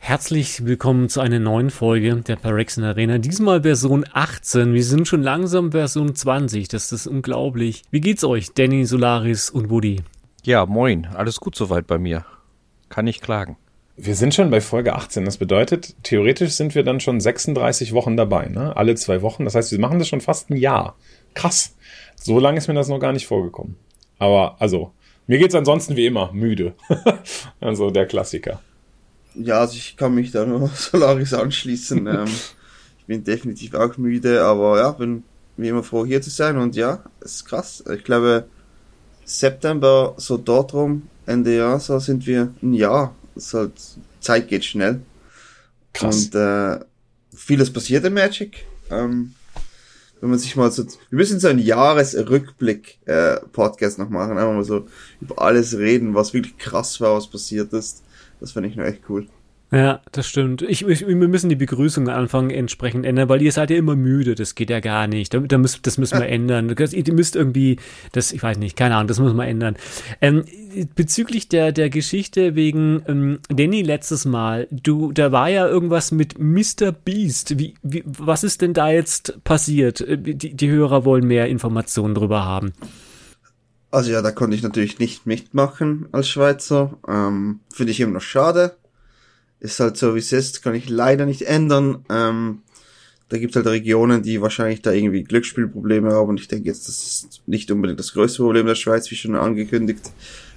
Herzlich willkommen zu einer neuen Folge der Parexen Arena. Diesmal Version 18. Wir sind schon langsam Version 20. Das ist unglaublich. Wie geht's euch, Danny, Solaris und Woody? Ja, moin. Alles gut soweit bei mir. Kann nicht klagen. Wir sind schon bei Folge 18. Das bedeutet, theoretisch sind wir dann schon 36 Wochen dabei, ne? Alle 2 Wochen. Das heißt, wir machen das schon fast ein Jahr. Krass. So lange ist mir das noch gar nicht vorgekommen. Aber, also, mir geht's ansonsten wie immer müde. Also, der Klassiker. Ja, also ich kann mich da nur Solaris anschließen. Ich bin definitiv auch müde, aber ja, bin wie immer froh hier zu sein und ja, es ist krass. Ich glaube, September, so dort rum, Ende Jahr, so sind wir ein Jahr. Es ist halt, Zeit geht schnell. Krass. Und vieles passiert in Magic. Wenn man sich mal so, wir müssen so einen Jahresrückblick Podcast noch machen, einfach mal so über alles reden, was wirklich krass war, was passiert ist. Das finde ich noch echt cool. Ja, das stimmt. Wir müssen die Begrüßung anfangen entsprechend ändern, weil ihr seid ja immer müde. Das geht ja gar nicht. Das müssen wir ändern. Ihr müsst irgendwie, ich weiß nicht, keine Ahnung, das müssen wir ändern. Bezüglich der Geschichte wegen Danny letztes Mal, da war ja irgendwas mit Mr. Beast. Was ist denn da jetzt passiert? Die Hörer wollen mehr Informationen drüber haben. Also ja, da konnte ich natürlich nicht mitmachen als Schweizer. Finde ich immer noch schade. Ist halt so, wie es ist, kann ich leider nicht ändern. Da gibt es halt Regionen, die wahrscheinlich da irgendwie Glücksspielprobleme haben. Und ich denke jetzt, das ist nicht unbedingt das größte Problem der Schweiz, wie schon angekündigt.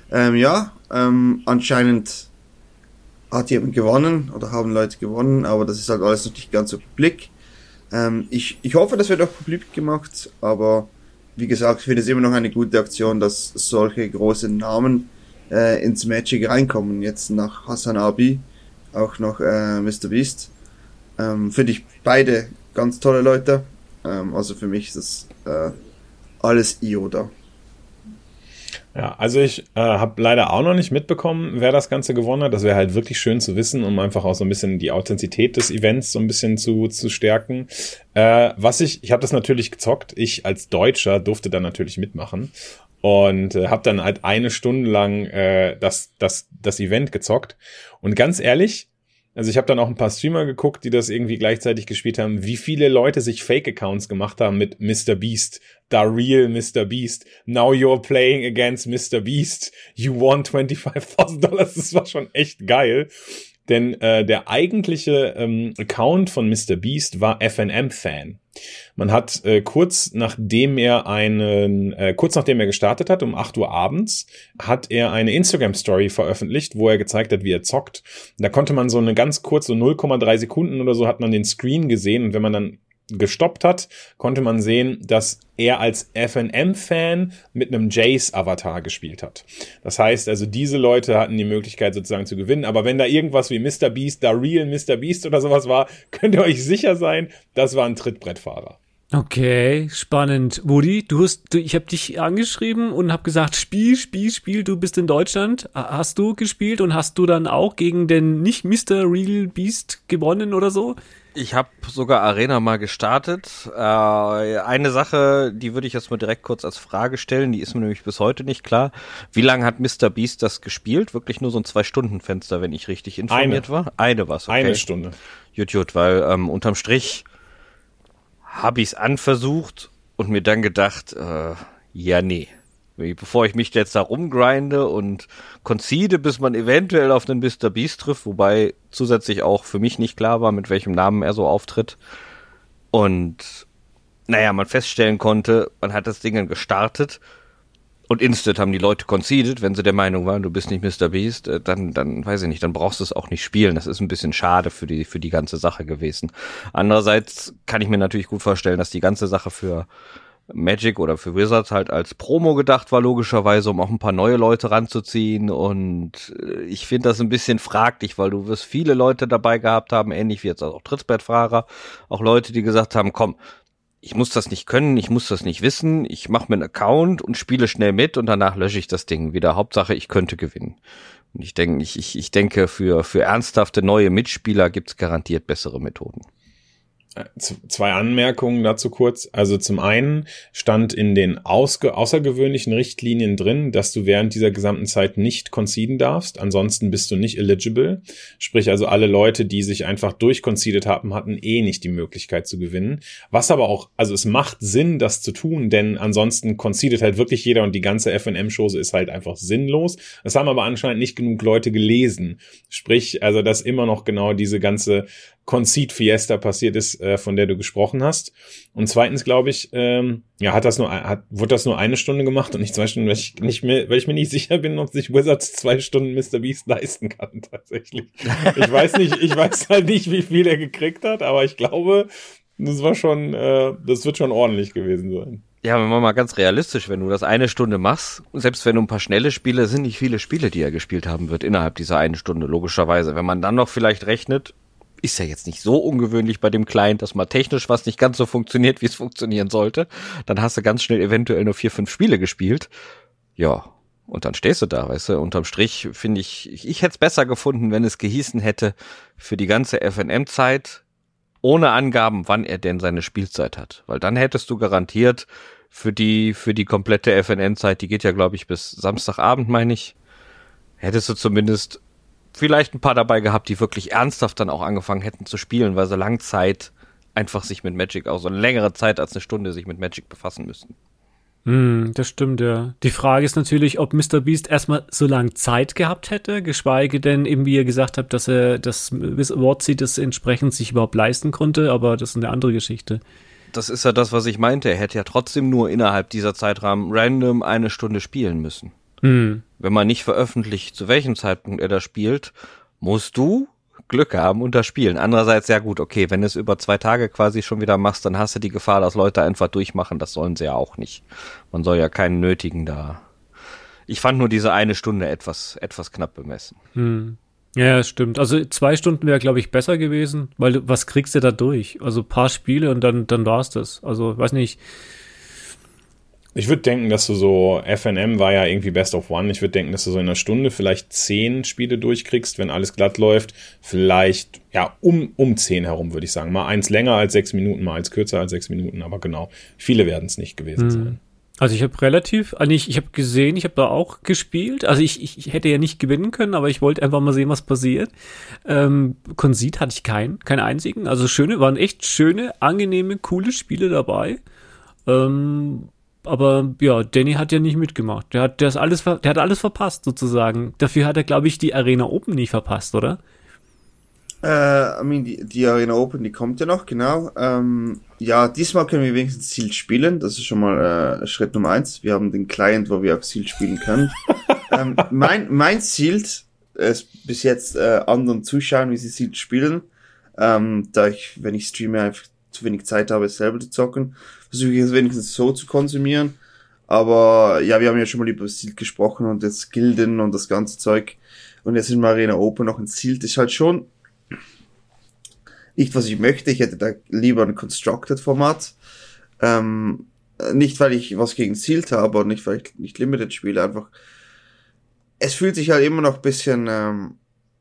Anscheinend hat jemand gewonnen oder haben Leute gewonnen, aber das ist halt alles noch nicht ganz so publik. Ich hoffe, das wird auch publik gemacht, aber wie gesagt, ich finde es immer noch eine gute Aktion, dass solche großen Namen ins Magic reinkommen. Jetzt nach Hassan Abi, auch noch Mr. Beast. Finde ich beide ganz tolle Leute. Also für mich ist das alles IO. Ja, also ich habe leider auch noch nicht mitbekommen, wer das Ganze gewonnen hat. Das wäre halt wirklich schön zu wissen, um einfach auch so ein bisschen die Authentizität des Events so ein bisschen zu stärken. Ich habe das natürlich gezockt. Ich als Deutscher durfte dann natürlich mitmachen und habe dann halt 1 Stunde lang das Event gezockt. Und ganz ehrlich, also ich habe dann auch ein paar Streamer geguckt, die das irgendwie gleichzeitig gespielt haben, wie viele Leute sich Fake-Accounts gemacht haben mit Mr. Beast, the real Mr. Beast, now you're playing against Mr. Beast, you won $25,000, das war schon echt geil. Denn der eigentliche Account von Mr. Beast war FNM-Fan. Man hat kurz nachdem er gestartet hat, um 8 Uhr abends, hat er eine Instagram-Story veröffentlicht, wo er gezeigt hat, wie er zockt. Da konnte man so eine ganz kurz, so 0,3 Sekunden oder so, hat man den Screen gesehen. Und wenn man dann gestoppt hat, konnte man sehen, dass er als FNM-Fan mit einem Jace-Avatar gespielt hat. Das heißt also, diese Leute hatten die Möglichkeit sozusagen zu gewinnen, aber wenn da irgendwas wie Mr. Beast, the real Mr. Beast oder sowas war, könnt ihr euch sicher sein, das war ein Trittbrettfahrer. Okay, spannend. Woody, ich habe dich angeschrieben und habe gesagt, Spiel, du bist in Deutschland. Hast du gespielt und hast du dann auch gegen den nicht Mr. Real Beast gewonnen oder so? Ich habe sogar Arena mal gestartet. Eine Sache, die würde ich jetzt mal direkt kurz als Frage stellen, die ist mir nämlich bis heute nicht klar. Wie lange hat Mr. Beast das gespielt? Wirklich nur so ein 2-Stunden-Fenster, wenn ich richtig informiert war? Eine war's, okay. 1 Stunde. Gut, weil unterm Strich habe ich es anversucht und mir dann gedacht, nee. Bevor ich mich jetzt da rumgrinde und concede, bis man eventuell auf den Mr. Beast trifft, wobei zusätzlich auch für mich nicht klar war, mit welchem Namen er so auftritt. Und man feststellen konnte, man hat das Ding dann gestartet und instant haben die Leute conceded, wenn sie der Meinung waren, du bist nicht Mr. Beast, dann weiß ich nicht, dann brauchst du es auch nicht spielen. Das ist ein bisschen schade für die ganze Sache gewesen. Andererseits kann ich mir natürlich gut vorstellen, dass die ganze Sache für Magic oder für Wizards halt als Promo gedacht war, logischerweise, um auch ein paar neue Leute ranzuziehen. Und ich finde das ein bisschen fraglich, weil du wirst viele Leute dabei gehabt haben, ähnlich wie jetzt auch Trittbrettfahrer, auch Leute, die gesagt haben, komm, ich muss das nicht können, ich muss das nicht wissen, ich mache mir einen Account und spiele schnell mit und danach lösche ich das Ding wieder. Hauptsache, ich könnte gewinnen. Und ich denke, für ernsthafte neue Mitspieler gibt's garantiert bessere Methoden. Zwei Anmerkungen dazu kurz. Also zum einen stand in den außergewöhnlichen Richtlinien drin, dass du während dieser gesamten Zeit nicht conceden darfst. Ansonsten bist du nicht eligible. Sprich also alle Leute, die sich einfach durchconceded haben, hatten nicht die Möglichkeit zu gewinnen. Was aber auch, also es macht Sinn, das zu tun, denn ansonsten conceded halt wirklich jeder und die ganze FNM-Chose ist halt einfach sinnlos. Das haben aber anscheinend nicht genug Leute gelesen. Sprich, also dass immer noch genau diese ganze Concede-Fiesta passiert ist, von der du gesprochen hast. Und zweitens glaube ich, wurde das nur eine Stunde gemacht und nicht 2 Stunden, weil ich mir nicht sicher bin, ob sich Wizards 2 Stunden Mr. Beast leisten kann, tatsächlich. Ich weiß halt nicht, wie viel er gekriegt hat, aber ich glaube, das wird schon ordentlich gewesen sein. Ja, wenn man mal ganz realistisch, wenn du das 1 Stunde machst, selbst wenn du ein paar schnelle Spiele, sind nicht viele Spiele, die er gespielt haben wird innerhalb dieser 1 Stunde, logischerweise. Wenn man dann noch vielleicht rechnet, ist ja jetzt nicht so ungewöhnlich bei dem Client, dass mal technisch was nicht ganz so funktioniert, wie es funktionieren sollte. Dann hast du ganz schnell eventuell nur 4, 5 Spiele gespielt. Ja, und dann stehst du da, weißt du. Unterm Strich finde ich hätte es besser gefunden, wenn es gehießen hätte, für die ganze FNM-Zeit, ohne Angaben, wann er denn seine Spielzeit hat. Weil dann hättest du garantiert für die komplette FNM-Zeit, die geht ja, glaube ich, bis Samstagabend, meine ich, hättest du zumindest vielleicht ein paar dabei gehabt, die wirklich ernsthaft dann auch angefangen hätten zu spielen, weil sie lange Zeit einfach sich mit Magic, auch so eine längere Zeit als 1 Stunde sich mit Magic befassen müssten. Das stimmt, ja. Die Frage ist natürlich, ob Mr. Beast erstmal so lange Zeit gehabt hätte, geschweige denn eben, wie ihr gesagt habt, dass er das Award-Seed das entsprechend sich überhaupt leisten konnte, aber das ist eine andere Geschichte. Das ist ja das, was ich meinte. Er hätte ja trotzdem nur innerhalb dieser Zeitrahmen random 1 Stunde spielen müssen. Wenn man nicht veröffentlicht, zu welchem Zeitpunkt er das spielt, musst du Glück haben und das spielen. Andererseits, ja gut, okay, wenn du es über 2 Tage quasi schon wieder machst, dann hast du die Gefahr, dass Leute einfach durchmachen. Das sollen sie ja auch nicht. Man soll ja keinen nötigen da. Ich fand nur diese 1 Stunde etwas knapp bemessen. Ja, das stimmt. Also 2 Stunden wäre, glaube ich, besser gewesen, weil was kriegst du da durch? Also ein paar Spiele und dann war's das. Also, weiß nicht. Ich würde denken, dass du so, FNM war ja irgendwie Best of One, ich würde denken, dass du so in 1 Stunde vielleicht 10 Spiele durchkriegst, wenn alles glatt läuft. Vielleicht, ja, um 10 herum, würde ich sagen. Mal eins länger als 6 Minuten, mal eins kürzer als 6 Minuten, aber genau, viele werden es nicht gewesen sein. Also ich habe ich habe gesehen, ich habe da auch gespielt. Also ich hätte ja nicht gewinnen können, aber ich wollte einfach mal sehen, was passiert. Concede hatte ich keinen einzigen. Also waren echt schöne, angenehme, coole Spiele dabei. Aber ja, Danny hat ja nicht mitgemacht. Der hat alles verpasst sozusagen. Dafür hat er, glaube ich, die Arena Open nie verpasst, oder? Die Arena Open, die kommt ja noch, genau. Ja, diesmal können wir wenigstens Sealed spielen. Das ist schon mal Schritt Nummer 1. Wir haben den Client, wo wir auch Sealed spielen können. Mein Sealed ist bis jetzt anderen zuschauen, wie sie Sealed spielen. Da ich, wenn ich streame, einfach zu wenig Zeit habe, es selber zu zocken, versuche ich es wenigstens so zu konsumieren. Aber ja, wir haben ja schon mal über Sealed gesprochen und jetzt Gilden und das ganze Zeug. Und jetzt in Arena Open noch ein Sealed. Ist halt schon nicht, was ich möchte. Ich hätte da lieber ein Constructed-Format. Nicht, weil ich was gegen Sealed habe und nicht, weil ich nicht Limited spiele. Einfach, es fühlt sich halt immer noch ein bisschen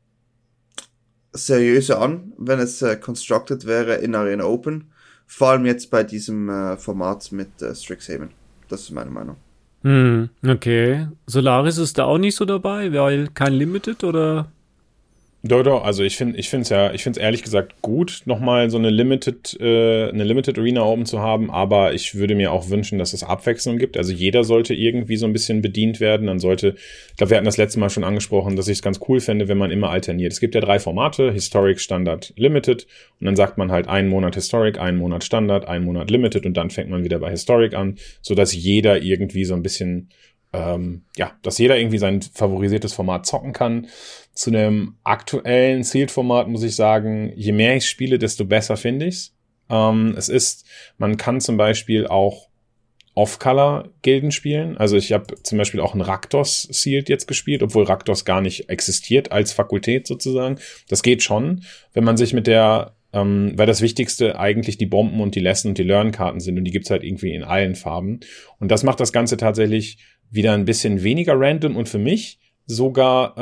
seriöser an, wenn es Constructed wäre in Arena Open. Vor allem jetzt bei diesem Format mit Strixhaven. Das ist meine Meinung. Okay. Solaris ist da auch nicht so dabei, weil kein Limited oder? Doch, also ich finde es ehrlich gesagt gut, nochmal so eine Limited Arena Open zu haben, aber ich würde mir auch wünschen, dass es Abwechslung gibt. Also jeder sollte irgendwie so ein bisschen bedient werden. Ich glaube, wir hatten das letzte Mal schon angesprochen, dass ich es ganz cool fände, wenn man immer alterniert. Es gibt ja 3 Formate, Historic, Standard, Limited, und dann sagt man halt 1 Monat Historic, 1 Monat Standard, 1 Monat Limited und dann fängt man wieder bei Historic an, sodass jeder irgendwie so ein bisschen dass jeder irgendwie sein favorisiertes Format zocken kann. Zu einem aktuellen Sealed-Format muss ich sagen, je mehr ich spiele, desto besser finde ich's. Man kann zum Beispiel auch Off-Color-Gilden spielen. Also ich habe zum Beispiel auch ein Rakdos Sealed jetzt gespielt, obwohl Rakdos gar nicht existiert als Fakultät sozusagen. Das geht schon, wenn man sich mit der weil das Wichtigste eigentlich die Bomben und die Lesson und die Learn-Karten sind und die gibt's halt irgendwie in allen Farben. Und das macht das Ganze tatsächlich wieder ein bisschen weniger random und für mich sogar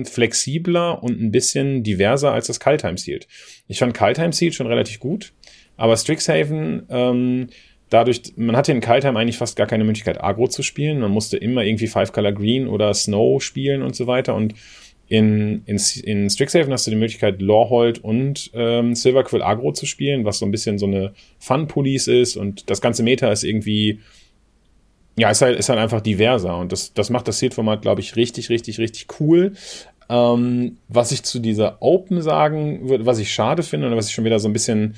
flexibler und ein bisschen diverser als das Kaldheim Sealed. Ich fand Kaldheim Sealed schon relativ gut. Aber Strixhaven, dadurch, man hatte in Kaldheim eigentlich fast gar keine Möglichkeit, Agro zu spielen. Man musste immer irgendwie 5-Color Green oder Snow spielen und so weiter. Und in Strixhaven hast du die Möglichkeit, Lorehold und Silverquill Agro zu spielen, was so ein bisschen so eine Fun-Police ist. Und das ganze Meta ist irgendwie, ja, ist halt einfach diverser. Und das macht das Seed-Format, glaube ich, richtig, richtig, richtig cool. Was ich zu dieser Open sagen würde, was ich schade finde oder was ich schon wieder so ein bisschen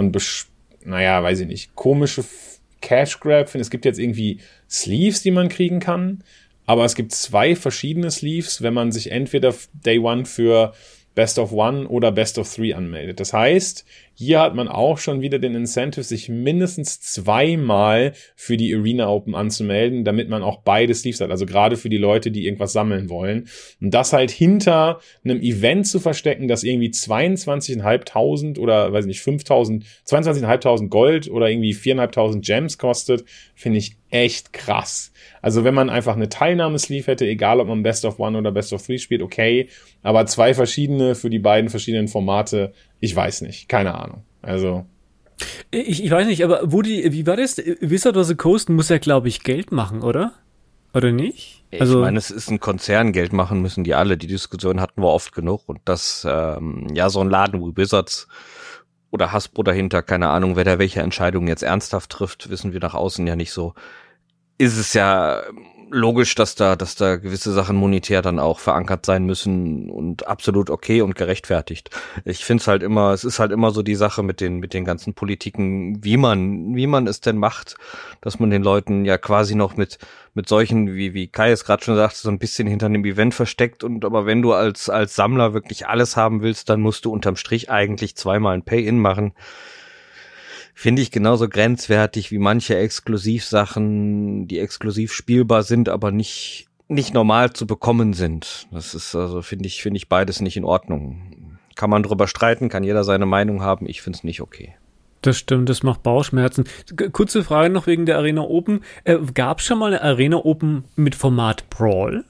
weiß ich nicht, komische Cash-Grab finde. Es gibt jetzt irgendwie Sleeves, die man kriegen kann, aber es gibt 2 verschiedene Sleeves, wenn man sich entweder Day One für Best of One oder Best of 3 anmeldet. Das heißt, hier hat man auch schon wieder den Incentive, sich mindestens 2-mal für die Arena Open anzumelden, damit man auch beide Sleeves hat. Also gerade für die Leute, die irgendwas sammeln wollen. Und das halt hinter einem Event zu verstecken, das irgendwie 22.500 oder, weiß nicht, 22.500 Gold oder irgendwie 4.500 Gems kostet, finde ich echt krass. Also wenn man einfach eine Teilnahmesleeve hätte, egal ob man Best of One oder Best of 3 spielt, okay. Aber 2 verschiedene für die beiden verschiedenen Formate, ich weiß nicht, keine Ahnung. Also Ich weiß nicht, aber wie war das? Wizard of the Coast muss ja, glaube ich, Geld machen, oder? Oder nicht? Also, ich meine, es ist ein Konzern, Geld machen müssen die alle. Die Diskussion hatten wir oft genug. Und dass so ein Laden wie Wizards oder Hasbro dahinter, keine Ahnung, wer da welche Entscheidungen jetzt ernsthaft trifft, wissen wir nach außen ja nicht so. Ist es ja logisch, dass da gewisse Sachen monetär dann auch verankert sein müssen und absolut okay und gerechtfertigt. Ich finde es ist halt immer so die Sache mit den ganzen Politiken, wie man es denn macht, dass man den Leuten ja quasi noch mit solchen, wie Kai es gerade schon sagte, so ein bisschen hinter einem Event versteckt. Und aber wenn du als Sammler wirklich alles haben willst, dann musst du unterm Strich eigentlich 2-mal ein Pay-In machen. Finde ich genauso grenzwertig wie manche Exklusivsachen, die exklusiv spielbar sind, aber nicht normal zu bekommen sind. Das ist also, finde ich beides nicht in Ordnung. Kann man drüber streiten, kann jeder seine Meinung haben. Ich finde es nicht okay. Das stimmt, das macht Bauchschmerzen. Kurze Frage noch wegen der Arena Open. Gab es schon mal eine Arena Open mit Format Brawl?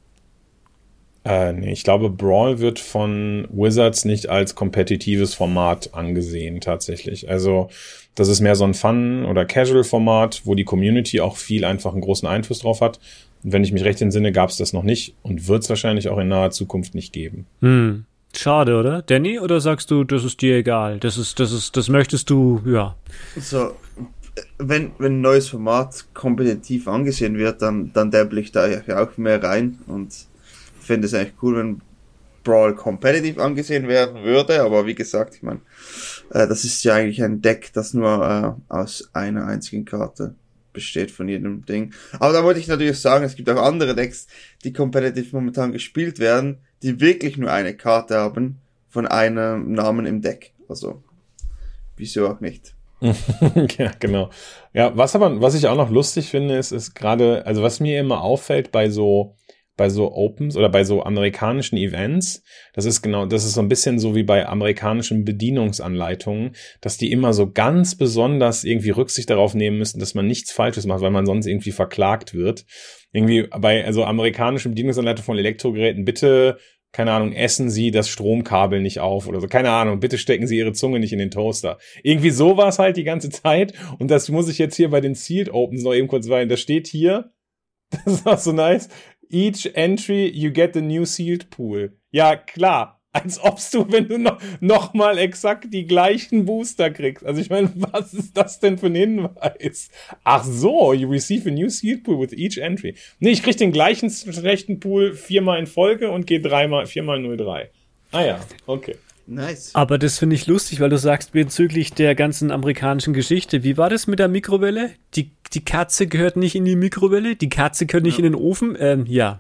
Nee, ich glaube, Brawl wird von Wizards nicht als kompetitives Format angesehen, tatsächlich. Also, das ist mehr so ein Fun- oder Casual-Format, wo die Community auch viel einfach einen großen Einfluss drauf hat. Und wenn ich mich recht entsinne, gab es das noch nicht und wird es wahrscheinlich auch in naher Zukunft nicht geben. Schade, oder? Danny, oder sagst du, das ist dir egal? Das möchtest du, ja. So, wenn ein neues Format kompetitiv angesehen wird, dann dabble ich da ja auch mehr rein und finde es eigentlich cool, wenn Brawl competitive angesehen werden würde, aber wie gesagt, ich meine, das ist ja eigentlich ein Deck, das nur aus einer einzigen Karte besteht von jedem Ding. Aber da wollte ich natürlich sagen, es gibt auch andere Decks, die competitive momentan gespielt werden, die wirklich nur eine Karte haben von einem Namen im Deck. Also, wieso auch nicht? Ja, genau. Ja, was ich auch noch lustig finde, ist gerade, also was mir immer auffällt bei so Opens oder bei so amerikanischen Events, das ist so ein bisschen so wie bei amerikanischen Bedienungsanleitungen, dass die immer so ganz besonders irgendwie Rücksicht darauf nehmen müssen, dass man nichts Falsches macht, weil man sonst irgendwie verklagt wird. Irgendwie bei amerikanischen Bedienungsanleitungen von Elektrogeräten, bitte, keine Ahnung, essen Sie das Stromkabel nicht auf oder so, keine Ahnung, bitte stecken Sie Ihre Zunge nicht in den Toaster. Irgendwie so war es halt die ganze Zeit und das muss ich jetzt hier bei den Sealed Opens noch eben kurz sagen, das steht hier, das ist auch so nice, each entry you get the new sealed pool. Ja, klar. Als ob's du, wenn du noch mal exakt die gleichen Booster kriegst. Also ich meine, was ist das denn für ein Hinweis? Ach so, you receive a new sealed pool with each entry. Nee, ich krieg den gleichen schlechten Pool 4-mal in Folge und gehe 4-mal 0-3. Ah ja, okay. Nice. Aber das finde ich lustig, weil du sagst bezüglich der ganzen amerikanischen Geschichte. Wie war das mit der Mikrowelle? Die Katze gehört nicht in die Mikrowelle, die Katze gehört nicht in den Ofen. Ja.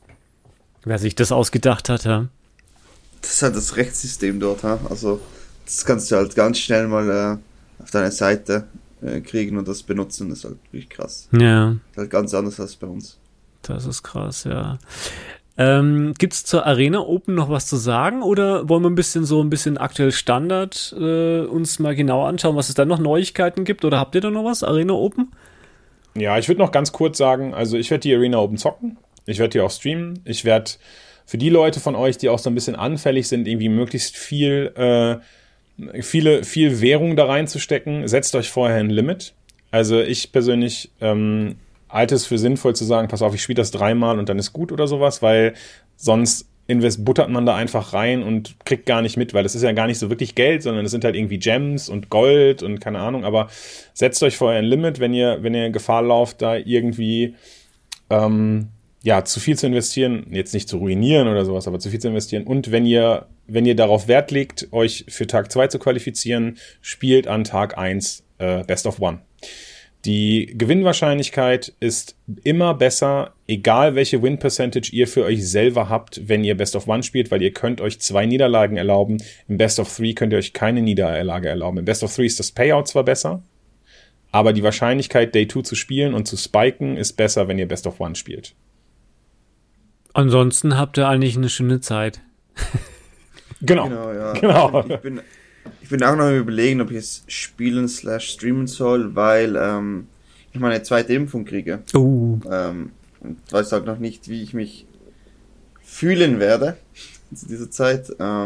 Wer sich das ausgedacht hat, ja. Das ist halt das Rechtssystem dort, ha? Also das kannst du halt ganz schnell mal auf deiner Seite kriegen und das benutzen. Das ist halt wirklich krass. Ja. Das ist halt ganz anders als bei uns. Das ist krass, ja. Gibt's zur Arena Open noch was zu sagen oder wollen wir ein bisschen aktuell Standard uns mal genau anschauen, was es da noch Neuigkeiten gibt oder habt ihr da noch was, Arena Open? Ja, ich würde noch ganz kurz sagen, also ich werde die Arena Open zocken, ich werde die auch streamen, ich werde für die Leute von euch, die auch so ein bisschen anfällig sind, irgendwie möglichst viel viel Währung da reinzustecken. Setzt euch vorher ein Limit. Also ich persönlich halte es für sinnvoll zu sagen, pass auf, ich spiele das 3-mal und dann ist gut oder sowas, weil sonst buttert man da einfach rein und kriegt gar nicht mit, weil das ist ja gar nicht so wirklich Geld, sondern es sind halt irgendwie Gems und Gold und keine Ahnung, aber setzt euch vorher ein Limit, wenn ihr Gefahr lauft, da irgendwie zu viel zu investieren, jetzt nicht zu ruinieren oder sowas, aber zu viel zu investieren. Und wenn ihr darauf Wert legt, euch für Tag 2 zu qualifizieren, spielt an Tag 1 Best of One. Die Gewinnwahrscheinlichkeit ist immer besser, egal welche Win-Percentage ihr für euch selber habt, wenn ihr Best of One spielt, weil ihr könnt euch 2 Niederlagen erlauben. Im Best of 3 könnt ihr euch keine Niederlage erlauben. Im Best of 3 ist das Payout zwar besser, aber die Wahrscheinlichkeit, Day 2 zu spielen und zu spiken, ist besser, wenn ihr Best of One spielt. Ansonsten habt ihr eigentlich eine schöne Zeit. Genau, ja. Genau. Ich bin auch noch am Überlegen, ob ich es spielen/streamen soll, weil ich meine zweite Impfung kriege. Und weiß halt noch nicht, wie ich mich fühlen werde zu dieser Zeit.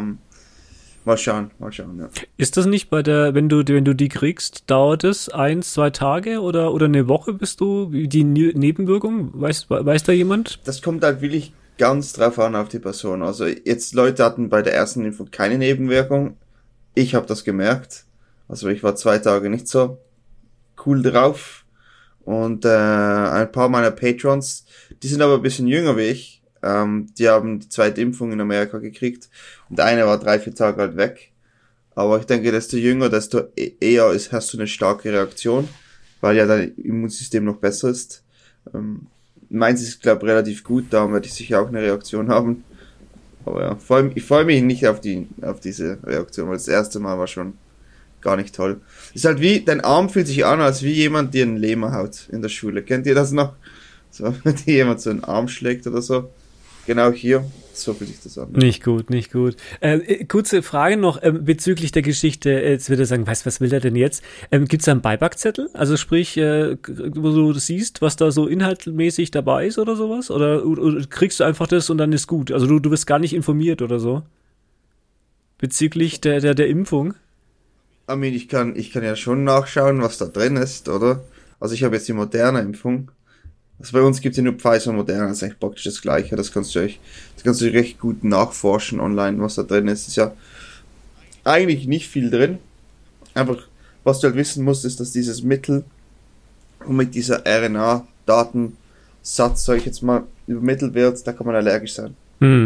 Mal schauen, ja. Ist das nicht wenn du die kriegst, dauert es 1-2 Tage oder eine Woche, bis du die Nebenwirkung? Weiß da jemand? Das kommt halt wirklich ganz drauf an auf die Person. Also jetzt Leute hatten bei der ersten Impfung keine Nebenwirkung. Ich habe das gemerkt. Also ich war 2 Tage nicht so cool drauf. Und ein paar meiner Patrons, die sind aber ein bisschen jünger wie ich. Die haben die zweite Impfung in Amerika gekriegt. Und eine war 3-4 Tage halt weg. Aber ich denke, desto jünger, desto eher hast du eine starke Reaktion. Weil ja dein Immunsystem noch besser ist. Meins ist, glaube ich, relativ gut. Da werde ich sicher auch eine Reaktion haben. Aber ja, ich freue mich nicht auf diese Reaktion, weil das erste Mal war schon gar nicht toll. Ist halt wie, dein Arm fühlt sich an, als wie jemand dir einen Lähmer haut in der Schule. Kennt ihr das noch? So, wenn dir jemand so einen Arm schlägt oder so. Genau hier, so fühlt sich das an. Nicht gut. Kurze Frage noch bezüglich der Geschichte. Jetzt wird er sagen, was will er denn jetzt? Gibt es da einen Beipackzettel? Also sprich, wo du siehst, was da so inhaltmäßig dabei ist oder sowas? Oder kriegst du einfach das und dann ist gut? Also du wirst gar nicht informiert oder so? Bezüglich der Impfung? Ich kann ja schon nachschauen, was da drin ist, oder? Also ich habe jetzt die moderne Impfung. Also bei uns gibt es ja nur Pfizer und Moderna, das ist eigentlich praktisch das Gleiche. Das kannst du recht gut nachforschen online, was da drin ist. Ist ja eigentlich nicht viel drin. Einfach, was du halt wissen musst, ist, dass dieses Mittel und mit dieser RNA-Datensatz, sag ich jetzt mal, übermittelt wird, da kann man allergisch sein.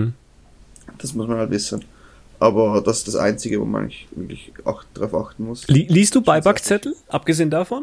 Das muss man halt wissen. Aber das ist das Einzige, wo man wirklich drauf achten muss. Liest du Beipackzettel, abgesehen davon?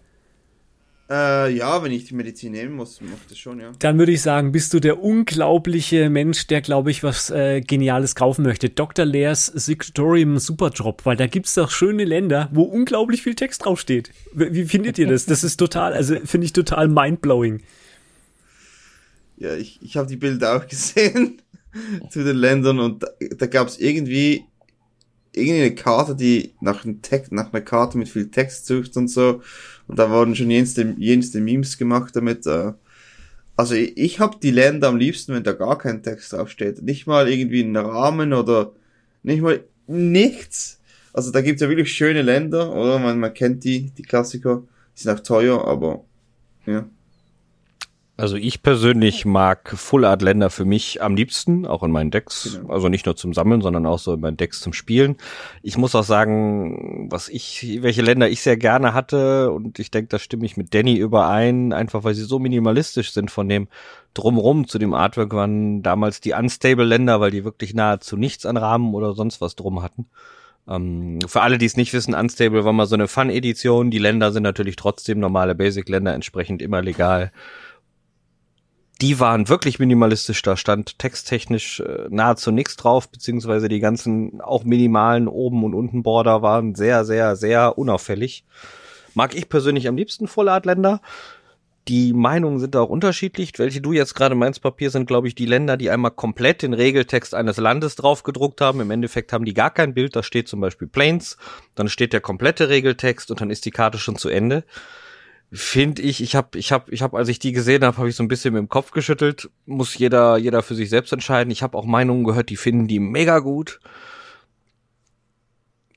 Ja, wenn ich die Medizin nehmen muss, macht das schon, ja. Dann würde ich sagen, bist du der unglaubliche Mensch, der, glaube ich, was Geniales kaufen möchte. Dr. Lears Secretorium Superdrop, weil da gibt's doch schöne Länder, wo unglaublich viel Text draufsteht. Wie findet ihr das? Das ist finde ich total mindblowing. Ja, ich habe die Bilder auch gesehen zu den Ländern und da gab's irgendwie eine Karte, die nach einer Karte mit viel Text sucht und so. Und da wurden schon jenste Memes gemacht damit. Also ich habe die Länder am liebsten, wenn da gar kein Text draufsteht. Nicht mal irgendwie ein Rahmen oder nicht mal nichts. Also da gibt's ja wirklich schöne Länder, oder? Man kennt die Klassiker. Die sind auch teuer, aber ja. Also ich persönlich mag Full-Art-Länder für mich am liebsten, auch in meinen Decks. Genau. Also nicht nur zum Sammeln, sondern auch so in meinen Decks zum Spielen. Ich muss auch sagen, welche Länder ich sehr gerne hatte, und ich denke, da stimme ich mit Danny überein, einfach weil sie so minimalistisch sind von dem Drumrum zu dem Artwork, waren damals die Unstable-Länder, weil die wirklich nahezu nichts an Rahmen oder sonst was drum hatten. Für alle, die es nicht wissen, Unstable war mal so eine Fun-Edition. Die Länder sind natürlich trotzdem normale Basic-Länder, entsprechend immer legal. Die waren wirklich minimalistisch, da stand texttechnisch nahezu nichts drauf, beziehungsweise die ganzen auch minimalen Oben- und Unten-Border waren sehr, sehr, sehr unauffällig. Mag ich persönlich am liebsten Full-Art-Länder. Die Meinungen sind auch unterschiedlich. Welche du jetzt gerade meinst, Papier, sind, glaube ich, die Länder, die einmal komplett den Regeltext eines Landes drauf gedruckt haben. Im Endeffekt haben die gar kein Bild, da steht zum Beispiel Plains, dann steht der komplette Regeltext und dann ist die Karte schon zu Ende. Finde ich hab, als ich die gesehen habe ich so ein bisschen mit dem Kopf geschüttelt. Muss jeder für sich selbst entscheiden. Ich habe auch Meinungen gehört, die finden die mega gut.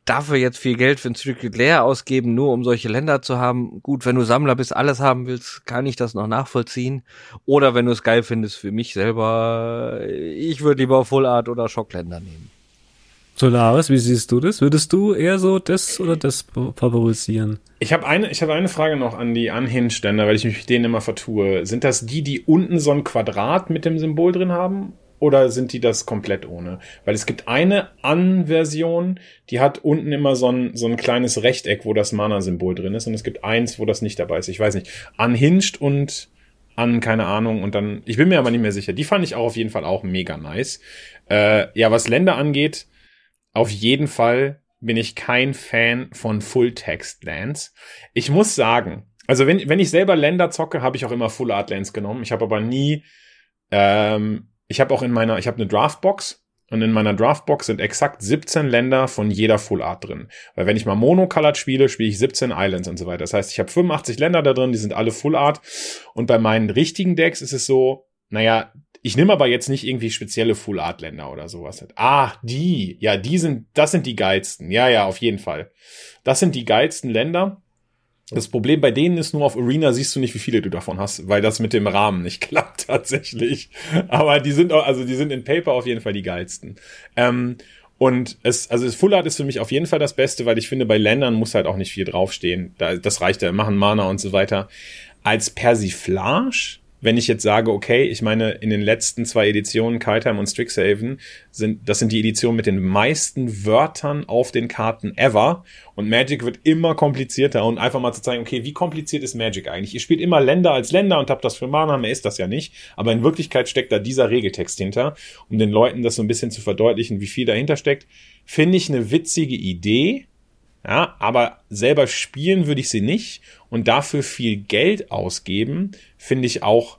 dafür jetzt viel Geld für ein Secret Lair ausgeben, nur um solche Länder zu haben. Gut, wenn du Sammler bist, alles haben willst, kann ich das noch nachvollziehen. Oder wenn du es geil findest für mich selber, ich würde lieber Full Art oder Schockländer nehmen. Solaris, wie siehst du das? Würdest du eher so das oder das favorisieren? Ich habe eine Frage noch an die Unhinged-Länder, weil ich mich mit denen immer vertue. Sind das die unten so ein Quadrat mit dem Symbol drin haben? Oder sind die das komplett ohne? Weil es gibt eine Version, die hat unten immer so ein kleines Rechteck, wo das Mana-Symbol drin ist. Und es gibt eins, wo das nicht dabei ist. Ich weiß nicht. Unhinged und keine Ahnung. Und dann, ich bin mir aber nicht mehr sicher. Die fand ich auch auf jeden Fall auch mega nice. Ja, was Länder angeht, auf jeden Fall bin ich kein Fan von Full-Text-Lands. Ich muss sagen, also wenn ich selber Länder zocke, habe ich auch immer Full-Art-Lands genommen. Ich habe aber nie, ich habe eine Draftbox und in meiner Draftbox sind exakt 17 Länder von jeder Full-Art drin. Weil wenn ich mal Monocolored spiele ich 17 Islands und so weiter. Das heißt, ich habe 85 Länder da drin, die sind alle Full-Art. Und bei meinen richtigen Decks ist es so, naja, ich nehme aber jetzt nicht irgendwie spezielle Full-Art-Länder oder sowas. Das sind die geilsten. Ja, auf jeden Fall. Das sind die geilsten Länder. Das Problem bei denen ist nur, auf Arena siehst du nicht, wie viele du davon hast, weil das mit dem Rahmen nicht klappt tatsächlich. Aber die sind in Paper auf jeden Fall die geilsten. Und Full Art ist für mich auf jeden Fall das Beste, weil ich finde, bei Ländern muss halt auch nicht viel draufstehen. Das reicht ja, machen Mana und so weiter. Als Persiflage, wenn ich jetzt sage, okay, ich meine, in den letzten 2 Editionen, Kaldheim und Strixhaven, das sind die Editionen mit den meisten Wörtern auf den Karten ever. Und Magic wird immer komplizierter. Und einfach mal zu zeigen, okay, wie kompliziert ist Magic eigentlich? Ihr spielt immer Länder als Länder und habt das für Mana, mehr ist das ja nicht. Aber in Wirklichkeit steckt da dieser Regeltext hinter, um den Leuten das so ein bisschen zu verdeutlichen, wie viel dahinter steckt. Finde ich eine witzige Idee. Ja, aber selber spielen würde ich sie nicht und dafür viel Geld ausgeben, finde ich auch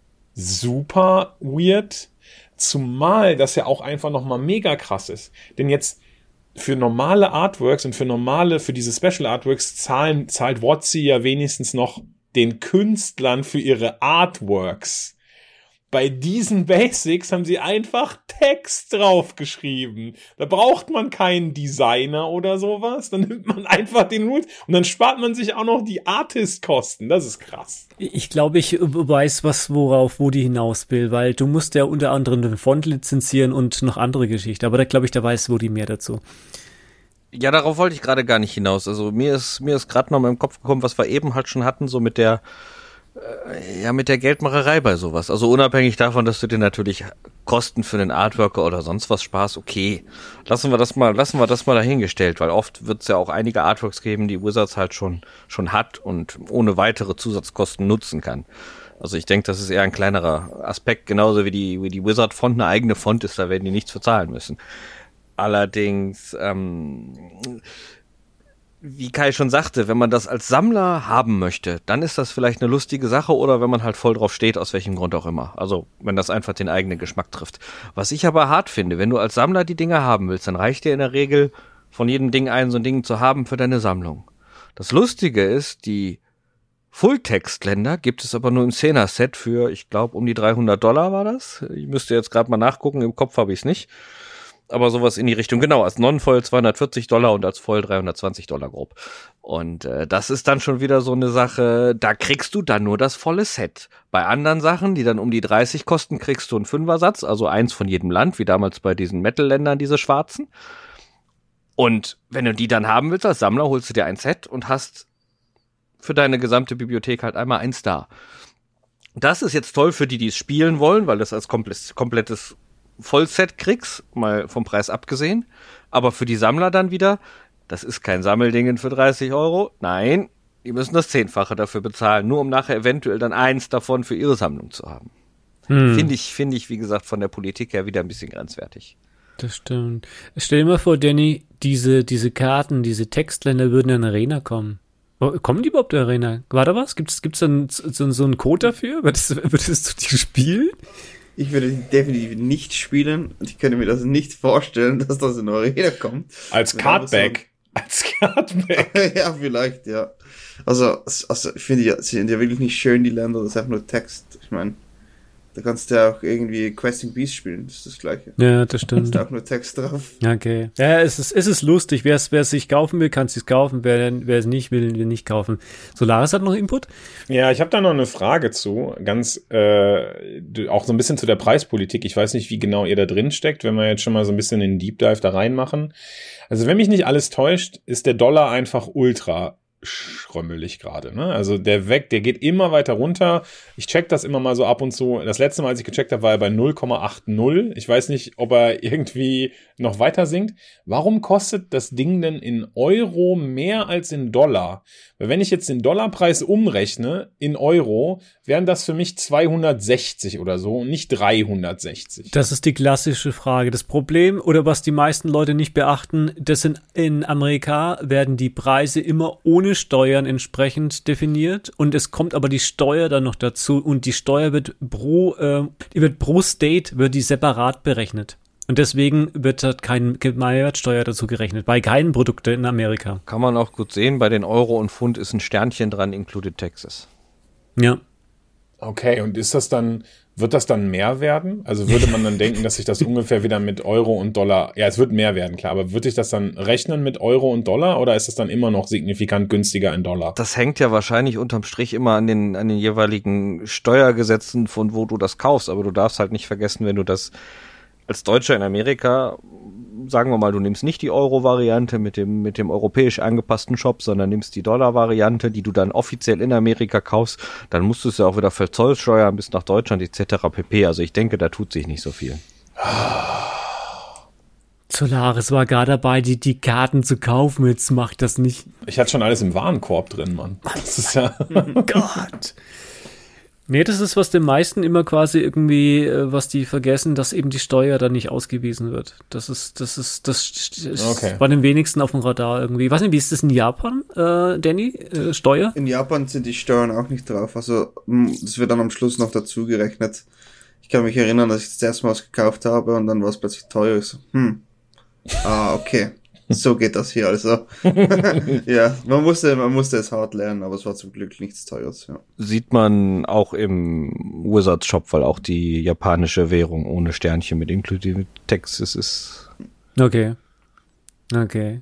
super weird, zumal das ja auch einfach nochmal mega krass ist. Denn jetzt für normale Artworks und für diese Special Artworks zahlt WotC ja wenigstens noch den Künstlern für ihre Artworks. Bei diesen Basics haben sie einfach Text draufgeschrieben. Da braucht man keinen Designer oder sowas. Dann nimmt man einfach den Rules und dann spart man sich auch noch die Artist-Kosten. Das ist krass. Ich glaube, ich weiß, wo die hinaus will, weil du musst ja unter anderem den Font lizenzieren und noch andere Geschichte. Aber da glaube ich, da weiß wo die mehr dazu. Ja, darauf wollte ich gerade gar nicht hinaus. Also mir ist gerade noch mal im Kopf gekommen, was wir eben halt schon hatten, so mit der Geldmacherei bei sowas. Also unabhängig davon, dass du dir natürlich Kosten für den Artworker oder sonst was sparst, okay. Lassen wir das mal dahingestellt, weil oft wird es ja auch einige Artworks geben, die Wizards halt schon hat und ohne weitere Zusatzkosten nutzen kann. Also ich denke, das ist eher ein kleinerer Aspekt, genauso wie die Wizard-Font eine eigene Font ist, da werden die nichts für zahlen müssen. Allerdings, wie Kai schon sagte, wenn man das als Sammler haben möchte, dann ist das vielleicht eine lustige Sache oder wenn man halt voll drauf steht, aus welchem Grund auch immer. Also, wenn das einfach den eigenen Geschmack trifft. Was ich aber hart finde, wenn du als Sammler die Dinge haben willst, dann reicht dir in der Regel von jedem Ding so ein Ding zu haben für deine Sammlung. Das Lustige ist, die Fulltext-Länder gibt es aber nur im 10er-Set für, ich glaube, um die $300 war das. Ich müsste jetzt gerade mal nachgucken, im Kopf habe ich es nicht. Aber sowas in die Richtung, genau, als Non-Foil $240 und als Foil $320 grob. Und das ist dann schon wieder so eine Sache, da kriegst du dann nur das volle Set. Bei anderen Sachen, die dann um die 30 kosten, kriegst du einen Fünfersatz, also eins von jedem Land, wie damals bei diesen Metal-Ländern, diese schwarzen. Und wenn du die dann haben willst als Sammler, holst du dir ein Set und hast für deine gesamte Bibliothek halt einmal eins da. Das ist jetzt toll für die es spielen wollen, weil das als komplettes Vollset kriegst, mal vom Preis abgesehen. Aber für die Sammler dann wieder, das ist kein Sammeldingen für 30 €. Nein, die müssen das 10-fache dafür bezahlen, nur um nachher eventuell dann eins davon für ihre Sammlung zu haben. Finde ich, wie gesagt, von der Politik her wieder ein bisschen grenzwertig. Das stimmt. Stell dir mal vor, Danny, diese Karten, diese Textländer würden in eine Arena kommen. Kommen die überhaupt in eine Arena? War da was? Gibt's dann so einen Code dafür? Würdest du die spielen? Ich würde die definitiv nicht spielen und ich könnte mir das nicht vorstellen, dass das in eine Arena kommt. Als Cardback. Ja, vielleicht, ja. Also ich finde, die sind ja wirklich nicht schön, die Länder, das ist einfach nur Text. Ich meine, Da kannst du ja auch irgendwie Questing Beast spielen, das ist das Gleiche. Ja, das Da stimmt. ist auch nur Text drauf. Okay. Ja, es ist lustig. Wer es sich kaufen will, kann es sich kaufen. Wer es nicht will, will nicht kaufen. Solaris hat noch Input? Ja, ich habe da noch eine Frage zu, ganz auch so ein bisschen zu der Preispolitik. Ich weiß nicht, wie genau ihr da drin steckt, wenn wir jetzt schon mal so ein bisschen den Deep Dive da reinmachen. Also wenn mich nicht alles täuscht, ist der Dollar einfach ultra schrömmelig gerade, ne? Also der geht immer weiter runter. Ich check das immer mal so ab und zu. Das letzte Mal, als ich gecheckt habe, war er bei 0,80. Ich weiß nicht, ob er irgendwie noch weiter sinkt. Warum kostet das Ding denn in Euro mehr als in Dollar? Weil wenn ich jetzt den Dollarpreis umrechne in Euro, wären das für mich 260 oder so und nicht 360. Das ist die klassische Frage. Das Problem, oder was die meisten Leute nicht beachten, das in Amerika werden die Preise immer ohne Steuern entsprechend definiert und es kommt aber die Steuer dann noch dazu und die Steuer wird pro State wird die separat berechnet. Und deswegen wird halt keine Mehrwertsteuer dazu gerechnet, bei keinen Produkten in Amerika. Kann man auch gut sehen, bei den Euro und Pfund ist ein Sternchen dran, included Taxes. Ja. Okay, und wird das dann mehr werden? Also würde man dann denken, dass sich das ungefähr wieder mit Euro und Dollar, ja, es wird mehr werden, klar, aber würde ich das dann rechnen mit Euro und Dollar oder ist das dann immer noch signifikant günstiger in Dollar? Das hängt ja wahrscheinlich unterm Strich immer an den jeweiligen Steuergesetzen, von wo du das kaufst, aber du darfst halt nicht vergessen, wenn du das als Deutscher in Amerika, sagen wir mal, du nimmst nicht die Euro-Variante mit dem europäisch angepassten Shop, sondern nimmst die Dollar-Variante, die du dann offiziell in Amerika kaufst, dann musst du es ja auch wieder verzollsteuern bis nach Deutschland etc. pp. Also ich denke, da tut sich nicht so viel. Solaris war gar dabei, die Karten zu kaufen, jetzt macht das nicht. Ich hatte schon alles im Warenkorb drin, Mann. Das ist ja... Gott. Nee, das ist, was den meisten immer quasi irgendwie, was die vergessen, dass eben die Steuer dann nicht ausgewiesen wird. Das ist Okay. bei den wenigsten auf dem Radar irgendwie. Ich weiß nicht, wie ist das in Japan, Danny? Steuer? In Japan sind die Steuern auch nicht drauf, also das wird dann am Schluss noch dazu gerechnet. Ich kann mich erinnern, dass ich das erste Mal was gekauft habe und dann war es plötzlich teuer. Ich so, okay. So geht das hier also. Ja, man musste es hart lernen, aber es war zum Glück nichts Teures, ja. Sieht man auch im Wizards Shop, weil auch die japanische Währung ohne Sternchen mit inklusive Taxes ist. Okay. Okay,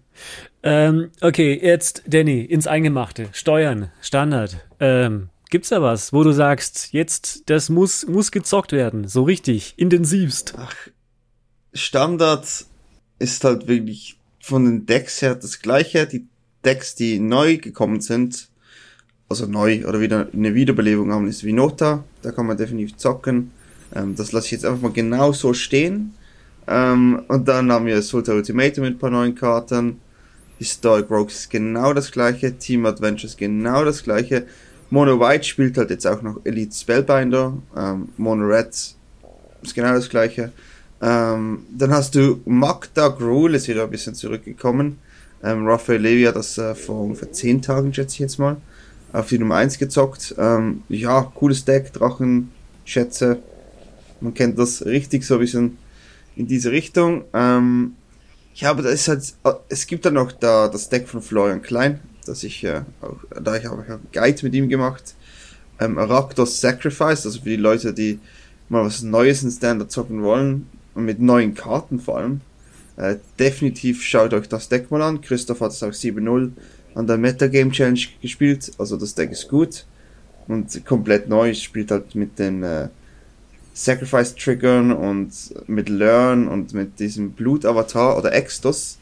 jetzt, Danny, ins Eingemachte. Steuern, Standard. Gibt's da was, wo du sagst, jetzt, das muss gezockt werden, so richtig, intensivst? Standard ist halt wirklich von den Decks her das Gleiche. Die Decks, die neu gekommen sind, also neu oder wieder eine Wiederbelebung haben, ist Vinota. Da kann man definitiv zocken. Das lasse ich jetzt einfach mal genau so stehen. Und dann haben wir Sultai Ultimatum mit ein paar neuen Karten. Historic Rogues ist genau das Gleiche. Team Adventures genau das Gleiche. Mono White spielt halt jetzt auch noch Elite Spellbinder. Mono Red ist genau das Gleiche. Dann hast du Magda Gruul, ist wieder ein bisschen zurückgekommen. Raphael Levy hat das vor ungefähr 10 Tagen, schätze ich jetzt mal, auf die Nummer 1 gezockt. Ja, cooles Deck, Drachen, Schätze. Man kennt das richtig so ein bisschen in diese Richtung. Ja, aber da ist halt, es gibt dann noch das Deck von Florian Klein, das ich habe ich einen Guide mit ihm gemacht. Rakdos Sacrifice, also für die Leute, die mal was Neues in Standard zocken wollen, und mit neuen Karten vor allem. Definitiv schaut euch das Deck mal an. Christoph hat es auch 7-0 an der Metagame Challenge gespielt. Also das Deck ist gut. Und komplett neu. Spielt halt mit den Sacrifice Triggern und mit Learn und mit diesem Blut-Avatar oder Extos.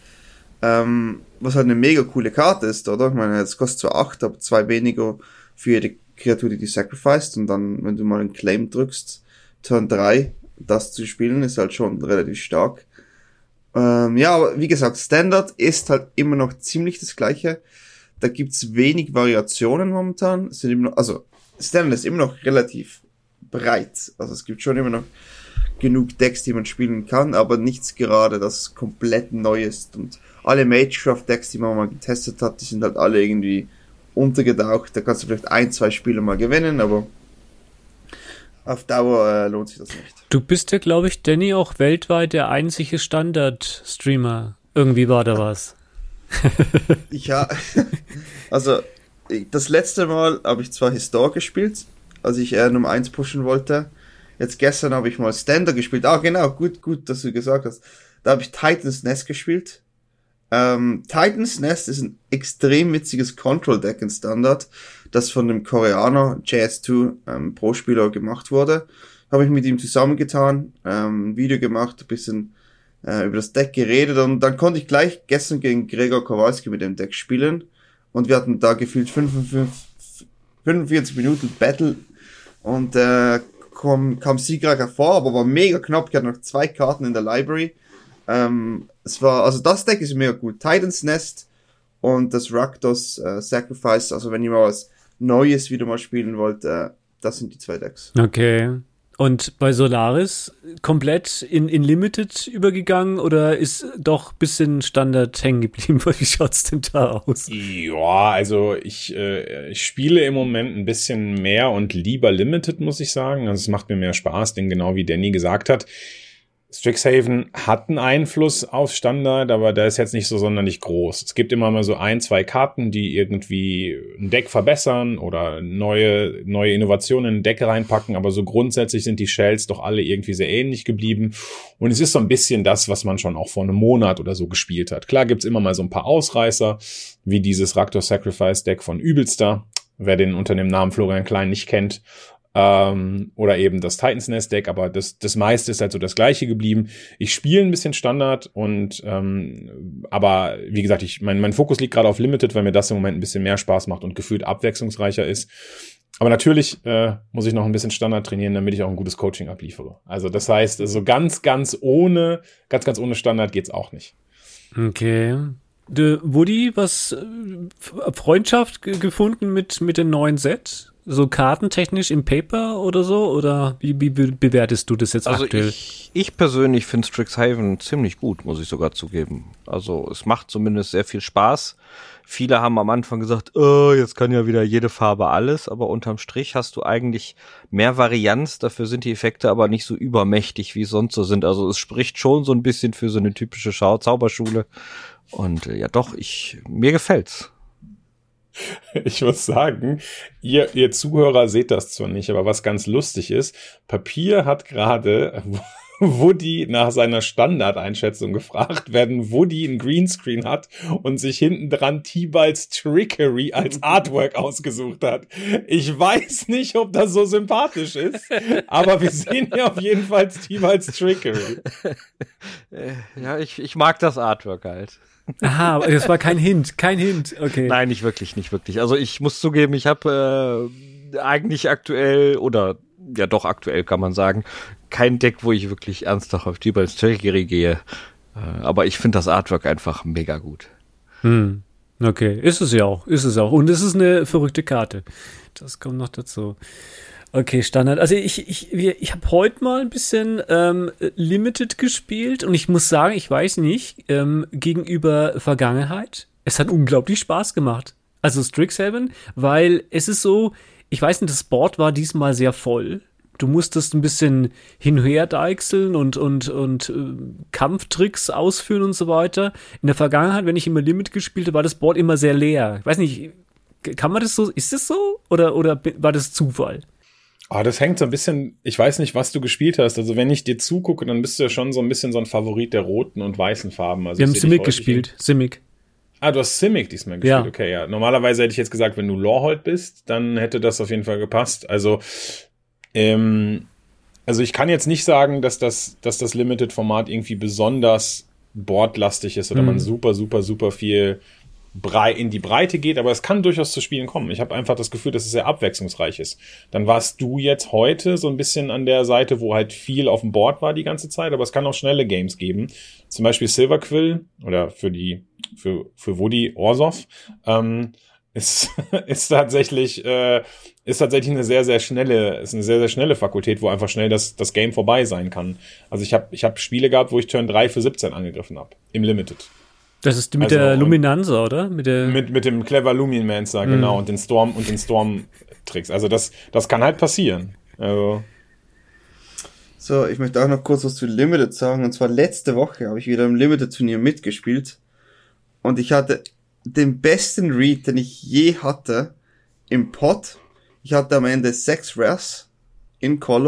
Was halt eine mega coole Karte ist, oder? Ich meine, es kostet zwar 8, aber 2 weniger für jede Kreatur, die du sacrificed. Und dann, wenn du mal einen Claim drückst, Turn 3, das zu spielen, ist halt schon relativ stark. Ja, aber wie gesagt, Standard ist halt immer noch ziemlich das Gleiche. Da gibt's wenig Variationen momentan. Standard ist immer noch relativ breit. Also es gibt schon immer noch genug Decks, die man spielen kann, aber nichts gerade, das komplett neu ist. Und alle Magecraft-Decks, die man mal getestet hat, die sind halt alle irgendwie untergetaucht. Da kannst du vielleicht 1-2 Spiele mal gewinnen, aber auf Dauer lohnt sich das nicht. Du bist ja, glaube ich, Danny, auch weltweit der einzige Standard-Streamer. Irgendwie war da was. Ja, also das letzte Mal habe ich zwar Historic gespielt, als ich Nummer 1 pushen wollte. Jetzt gestern habe ich mal Standard gespielt. Ah, genau, gut, dass du gesagt hast. Da habe ich Titan's Nest gespielt. Titan's Nest ist ein extrem witziges Control-Deck in Standard, das von dem Koreaner JS2 Pro-Spieler gemacht wurde. Habe ich mit ihm zusammengetan, ein Video gemacht, ein bisschen über das Deck geredet und dann konnte ich gleich gestern gegen Gregor Kowalski mit dem Deck spielen und wir hatten da gefühlt 45 Minuten Battle und kam siegreich hervor, aber war mega knapp. Ich hatte noch 2 Karten in der Library. Also das Deck ist mega gut. Titan's Nest und das Rakdos Sacrifice, also wenn ihr mal was Neues wieder mal spielen wollt, das sind die 2 Decks. Okay. Und bei Solaris komplett in Limited übergegangen oder ist doch ein bisschen Standard hängen geblieben? Wie schaut's denn da aus? Ja, also ich spiele im Moment ein bisschen mehr und lieber Limited, muss ich sagen. Also es macht mir mehr Spaß, denn genau wie Danny gesagt hat, Strixhaven hat einen Einfluss auf Standard, aber der ist jetzt nicht so sonderlich groß. Es gibt immer mal so 1, 2 Karten, die irgendwie ein Deck verbessern oder neue Innovationen in ein Deck reinpacken, aber so grundsätzlich sind die Shells doch alle irgendwie sehr ähnlich geblieben. Und es ist so ein bisschen das, was man schon auch vor einem Monat oder so gespielt hat. Klar gibt's immer mal so ein paar Ausreißer, wie dieses Rakdos Sacrifice Deck von Übelster, wer den unter dem Namen Florian Klein nicht kennt. Oder eben das Titan's Nest Deck, aber das meiste ist halt so das Gleiche geblieben. Ich spiele ein bisschen Standard und aber wie gesagt, mein Fokus liegt gerade auf Limited, weil mir das im Moment ein bisschen mehr Spaß macht und gefühlt abwechslungsreicher ist. Aber natürlich muss ich noch ein bisschen Standard trainieren, damit ich auch ein gutes Coaching abliefere. Also das heißt, also ganz ohne Standard geht's auch nicht. Okay. Woody, was Freundschaft gefunden mit dem neuen Set? So kartentechnisch im Paper oder so? Oder wie bewertest du das jetzt aktuell? Also ich persönlich finde Strixhaven ziemlich gut, muss ich sogar zugeben. Also es macht zumindest sehr viel Spaß. Viele haben am Anfang gesagt, jetzt kann ja wieder jede Farbe alles, aber unterm Strich hast du eigentlich mehr Varianz, dafür sind die Effekte aber nicht so übermächtig, wie es sonst so sind. Also es spricht schon so ein bisschen für so eine typische Zauberschule. Und ja doch, mir gefällt's. Ich muss sagen, ihr Zuhörer seht das zwar nicht, aber was ganz lustig ist, Papier hat gerade Woody nach seiner Standardeinschätzung gefragt, während Woody ein Greenscreen hat und sich hinten dran T-Balls Trickery als Artwork ausgesucht hat. Ich weiß nicht, ob das so sympathisch ist, aber wir sehen hier auf jeden Fall T-Balls Trickery. Ja, ich mag das Artwork halt. Aha, das war kein Hint, okay. Nein, nicht wirklich. Also ich muss zugeben, ich habe eigentlich aktuell, oder ja doch aktuell kann man sagen, kein Deck, wo ich wirklich ernsthaft auf T-Balls Trickery gehe. Aber ich finde das Artwork einfach mega gut. Okay, ist es ja auch. Und es ist eine verrückte Karte. Das kommt noch dazu. Okay, Standard. Also ich habe heute mal ein bisschen Limited gespielt und ich muss sagen, ich weiß nicht, gegenüber Vergangenheit, es hat unglaublich Spaß gemacht. Also Strixhaven, weil es ist so, ich weiß nicht, das Board war diesmal sehr voll. Du musstest ein bisschen hin und her deichseln und Kampftricks ausführen und so weiter. In der Vergangenheit, wenn ich immer Limit gespielt habe, war das Board immer sehr leer. Ich weiß nicht, kann man das so, ist das so? Oder war das Zufall? Das hängt so ein bisschen, ich weiß nicht, was du gespielt hast. Also wenn ich dir zugucke, dann bist du ja schon so ein bisschen so ein Favorit der roten und weißen Farben. Also wir haben Simic gespielt, Simic. Du hast Simic diesmal gespielt, ja. Okay, ja. Normalerweise hätte ich jetzt gesagt, wenn du Lorehold bist, dann hätte das auf jeden Fall gepasst. Also ich kann jetzt nicht sagen, dass das Limited-Format irgendwie besonders boardlastig ist oder man super viel in die Breite geht, aber es kann durchaus zu Spielen kommen. Ich habe einfach das Gefühl, dass es sehr abwechslungsreich ist. Dann warst du jetzt heute so ein bisschen an der Seite, wo halt viel auf dem Board war die ganze Zeit, aber es kann auch schnelle Games geben. Zum Beispiel Silverquill oder für Woody Orzhov ist tatsächlich eine sehr, sehr schnelle Fakultät, wo einfach schnell das Game vorbei sein kann. Also ich hab Spiele gehabt, wo ich Turn 3 für 17 angegriffen habe. Im Limited. Das ist mit der Luminanza, oder? Mit dem Clever Luminmancer, genau, und den Storm-Tricks. Also das kann halt passieren. Also. So, ich möchte auch noch kurz was zu Limited sagen. Und zwar letzte Woche habe ich wieder im Limited-Turnier mitgespielt. Und ich hatte den besten Read, den ich je hatte im Pot. Ich hatte am Ende 6 Rares in Colo,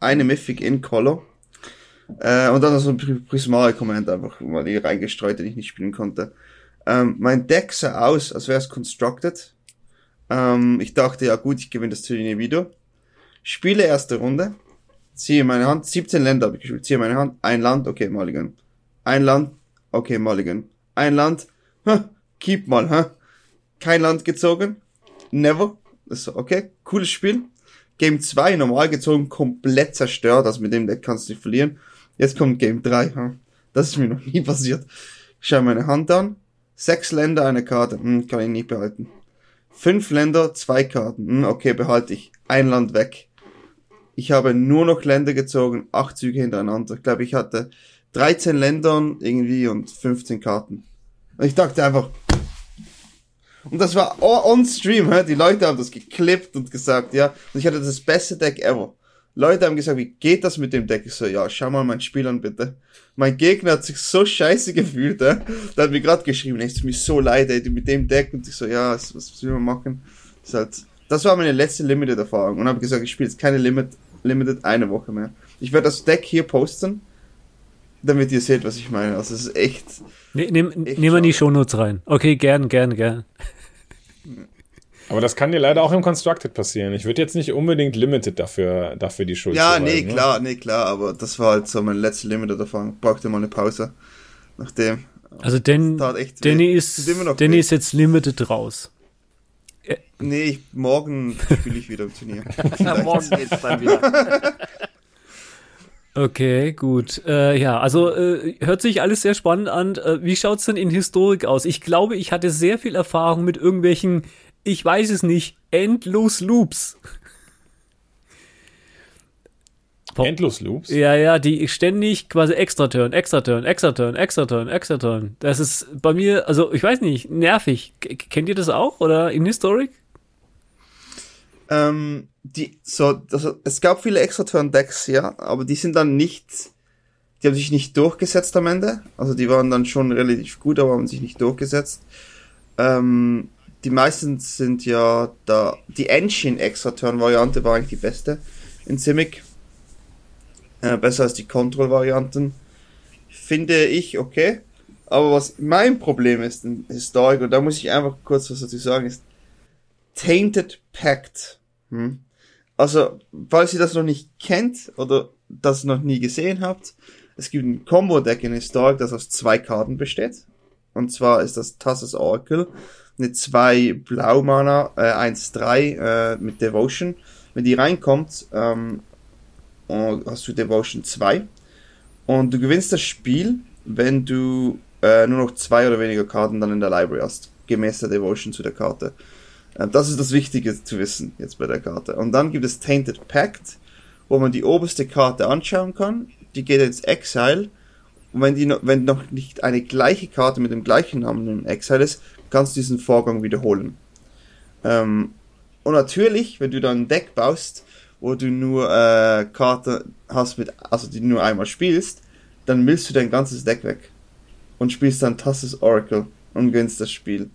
eine Mythic in Color. Und dann noch so ein Prismari-Comment einfach mal hier reingestreut, den ich nicht spielen konnte. Mein Deck sah aus, als wäre es constructed. Ich dachte, ja gut, ich gewinne das Turnier wieder. Spiele erste Runde. Ziehe meine Hand, 17 Länder habe ich gespielt. Ziehe meine Hand, ein Land, okay, Mulligan. Ein Land, okay, Mulligan. Ein Land, keep mal, Kein Land gezogen. Never. Das ist so, okay, cooles Spiel. Game 2 normal gezogen, komplett zerstört. Also mit dem Deck kannst du nicht verlieren. Jetzt kommt Game 3. Das ist mir noch nie passiert. Ich schaue meine Hand an. 6 Länder, eine Karte. Kann ich nicht behalten. 5 Länder, 2 Karten. Okay, behalte ich. Ein Land weg. Ich habe nur noch Länder gezogen. 8 Züge hintereinander. Ich glaube, ich hatte 13 Ländern irgendwie und 15 Karten. Und ich dachte einfach... Und das war on stream, die Leute haben das geklippt und gesagt, ja. Und ich hatte das beste Deck ever. Leute haben gesagt, wie geht das mit dem Deck? Ich so, ja, schau mal mein Spiel an, bitte. Mein Gegner hat sich so scheiße gefühlt, Der hat mir gerade geschrieben, es tut mir so leid, mit dem Deck. Und ich so, ja, was will man machen? Das war meine letzte Limited-Erfahrung. Und habe gesagt, ich spiele jetzt keine Limited eine Woche mehr. Ich werde das Deck hier posten, damit ihr seht, was ich meine. Also es ist echt... Nehmen wir in die Shownotes rein. Okay, gern. Aber das kann dir leider auch im Constructed passieren. Ich würde jetzt nicht unbedingt Limited dafür die Schuld zuweisen. Ja, klar, aber das war halt so meine letzte Limited-Erfahrung. Brauchte mal eine Pause. Nachdem. Also Danny ist jetzt Limited raus. Nee, morgen spiele ich wieder im Turnier. Morgen geht's dann wieder. Okay, gut. Hört sich alles sehr spannend an. Wie schaut's denn in Historik aus? Ich glaube, ich hatte sehr viel Erfahrung mit irgendwelchen, ich weiß es nicht, endlos Loops. Endlos Loops? Ja, die ständig quasi extra Turn. Das ist bei mir, also ich weiß nicht, nervig. Kennt ihr das auch oder in Historic? Es gab viele Extra-Turn-Decks, ja, aber die haben sich nicht durchgesetzt am Ende. Also die waren dann schon relativ gut, aber haben sich nicht durchgesetzt. Die meisten sind ja da, die Engine Extra-Turn-Variante war eigentlich die beste in Simic. Besser als die Control-Varianten. Finde ich, okay. Aber was mein Problem ist in Historic, und da muss ich einfach kurz was dazu sagen, ist Tainted Pact. Also, falls ihr das noch nicht kennt oder das noch nie gesehen habt, es gibt ein Combo-Deck in Historic, das aus 2 Karten besteht. Und zwar ist das Thassa's Oracle, eine 2 Blau-Mana, 1/3 mit Devotion. Wenn die reinkommt, hast du Devotion 2. Und du gewinnst das Spiel, wenn du nur noch 2 oder weniger Karten dann in der Library hast, gemäß der Devotion zu der Karte. Das ist das Wichtige zu wissen jetzt bei der Karte. Und dann gibt es Tainted Pact, wo man die oberste Karte anschauen kann. Die geht ins Exile. Und wenn noch nicht eine gleiche Karte mit dem gleichen Namen im Exile ist, kannst du diesen Vorgang wiederholen. Und natürlich, wenn du dann ein Deck baust, wo du nur Karten hast also die du nur einmal spielst, dann millst du dein ganzes Deck weg. Und spielst dann Thassa's Oracle und gewinnst das Spiel.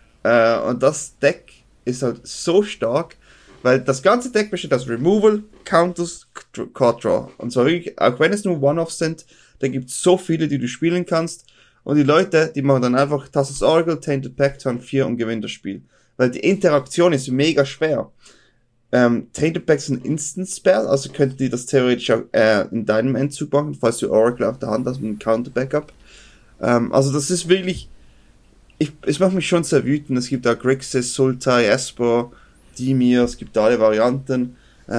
Und das Deck ist halt so stark, weil das ganze Deck besteht aus Removal, Counters, Card Draw. Und zwar wirklich, auch wenn es nur One-Offs sind, da gibt es so viele, die du spielen kannst. Und die Leute, die machen dann einfach Thassa's Oracle, Tainted Pact, Turn 4 und gewinnen das Spiel. Weil die Interaktion ist mega schwer. Tainted Pact ist ein Instant Spell, also könntet ihr das theoretisch auch in deinem Endzug machen, falls du Oracle auf der Hand hast mit einem Counter Backup. Also das ist wirklich... Es macht mich schon sehr wütend. Es gibt da Grixis, Sultai, Esper, Dimir, es gibt da alle Varianten.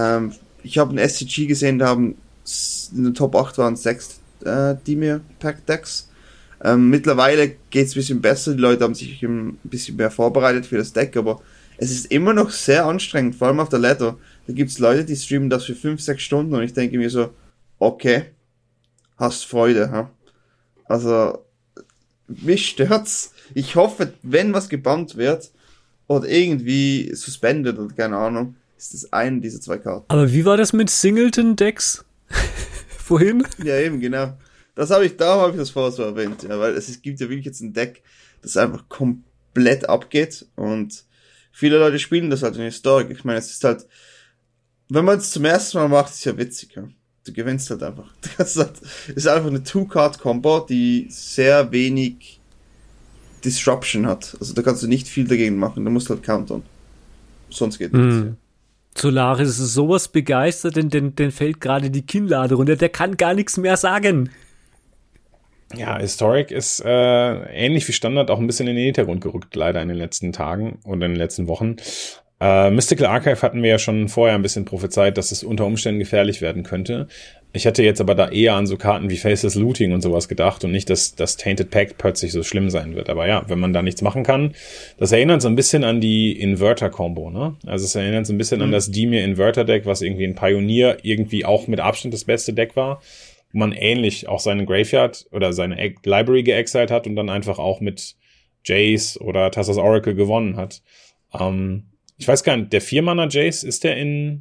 Ich habe ein SCG gesehen, da haben in den Top 8 waren 6 Dimir Pack Decks. Mittlerweile geht's ein bisschen besser, die Leute haben sich ein bisschen mehr vorbereitet für das Deck, aber es ist immer noch sehr anstrengend, vor allem auf der Ladder. Da gibt's Leute, die streamen das für 5-6 Stunden und ich denke mir so, okay, hast Freude, ha? Also, mich stört's. Ich hoffe, wenn was gebannt wird oder irgendwie suspended oder keine Ahnung, ist das eine dieser 2 Karten. Aber wie war das mit Singleton-Decks vorhin? Ja, eben, genau. Darum habe ich das vorher so erwähnt, ja, weil gibt ja wirklich jetzt ein Deck, das einfach komplett abgeht und viele Leute spielen das halt in Historic. Ich meine, es ist halt, wenn man es zum ersten Mal macht, ist ja witzig, ja. du gewinnst halt einfach. Das ist einfach eine Two-Card-Combo, die sehr wenig Disruption hat. Also da kannst du nicht viel dagegen machen, da musst du halt countern. Sonst geht nichts. Solaris ist sowas begeistert, denn fällt gerade die Kinnlade runter, der kann gar nichts mehr sagen. Ja, Historic ist ähnlich wie Standard auch ein bisschen in den Hintergrund gerückt, leider in den letzten Tagen und in den letzten Wochen. Mystical Archive hatten wir ja schon vorher ein bisschen prophezeit, dass es unter Umständen gefährlich werden könnte. Ich hätte jetzt aber da eher an so Karten wie Faceless Looting und sowas gedacht und nicht, dass das Tainted Pact plötzlich so schlimm sein wird. Aber ja, wenn man da nichts machen kann, das erinnert so ein bisschen an die Inverter-Combo, ne? Also es erinnert so ein bisschen an das Dimir Inverter-Deck, was irgendwie ein Pioneer irgendwie auch mit Abstand das beste Deck war, wo man ähnlich auch seinen Graveyard oder seine Library geexiled hat und dann einfach auch mit Jace oder Thassa's Oracle gewonnen hat. Ich weiß gar nicht, der 4-Mana Jace, ist der in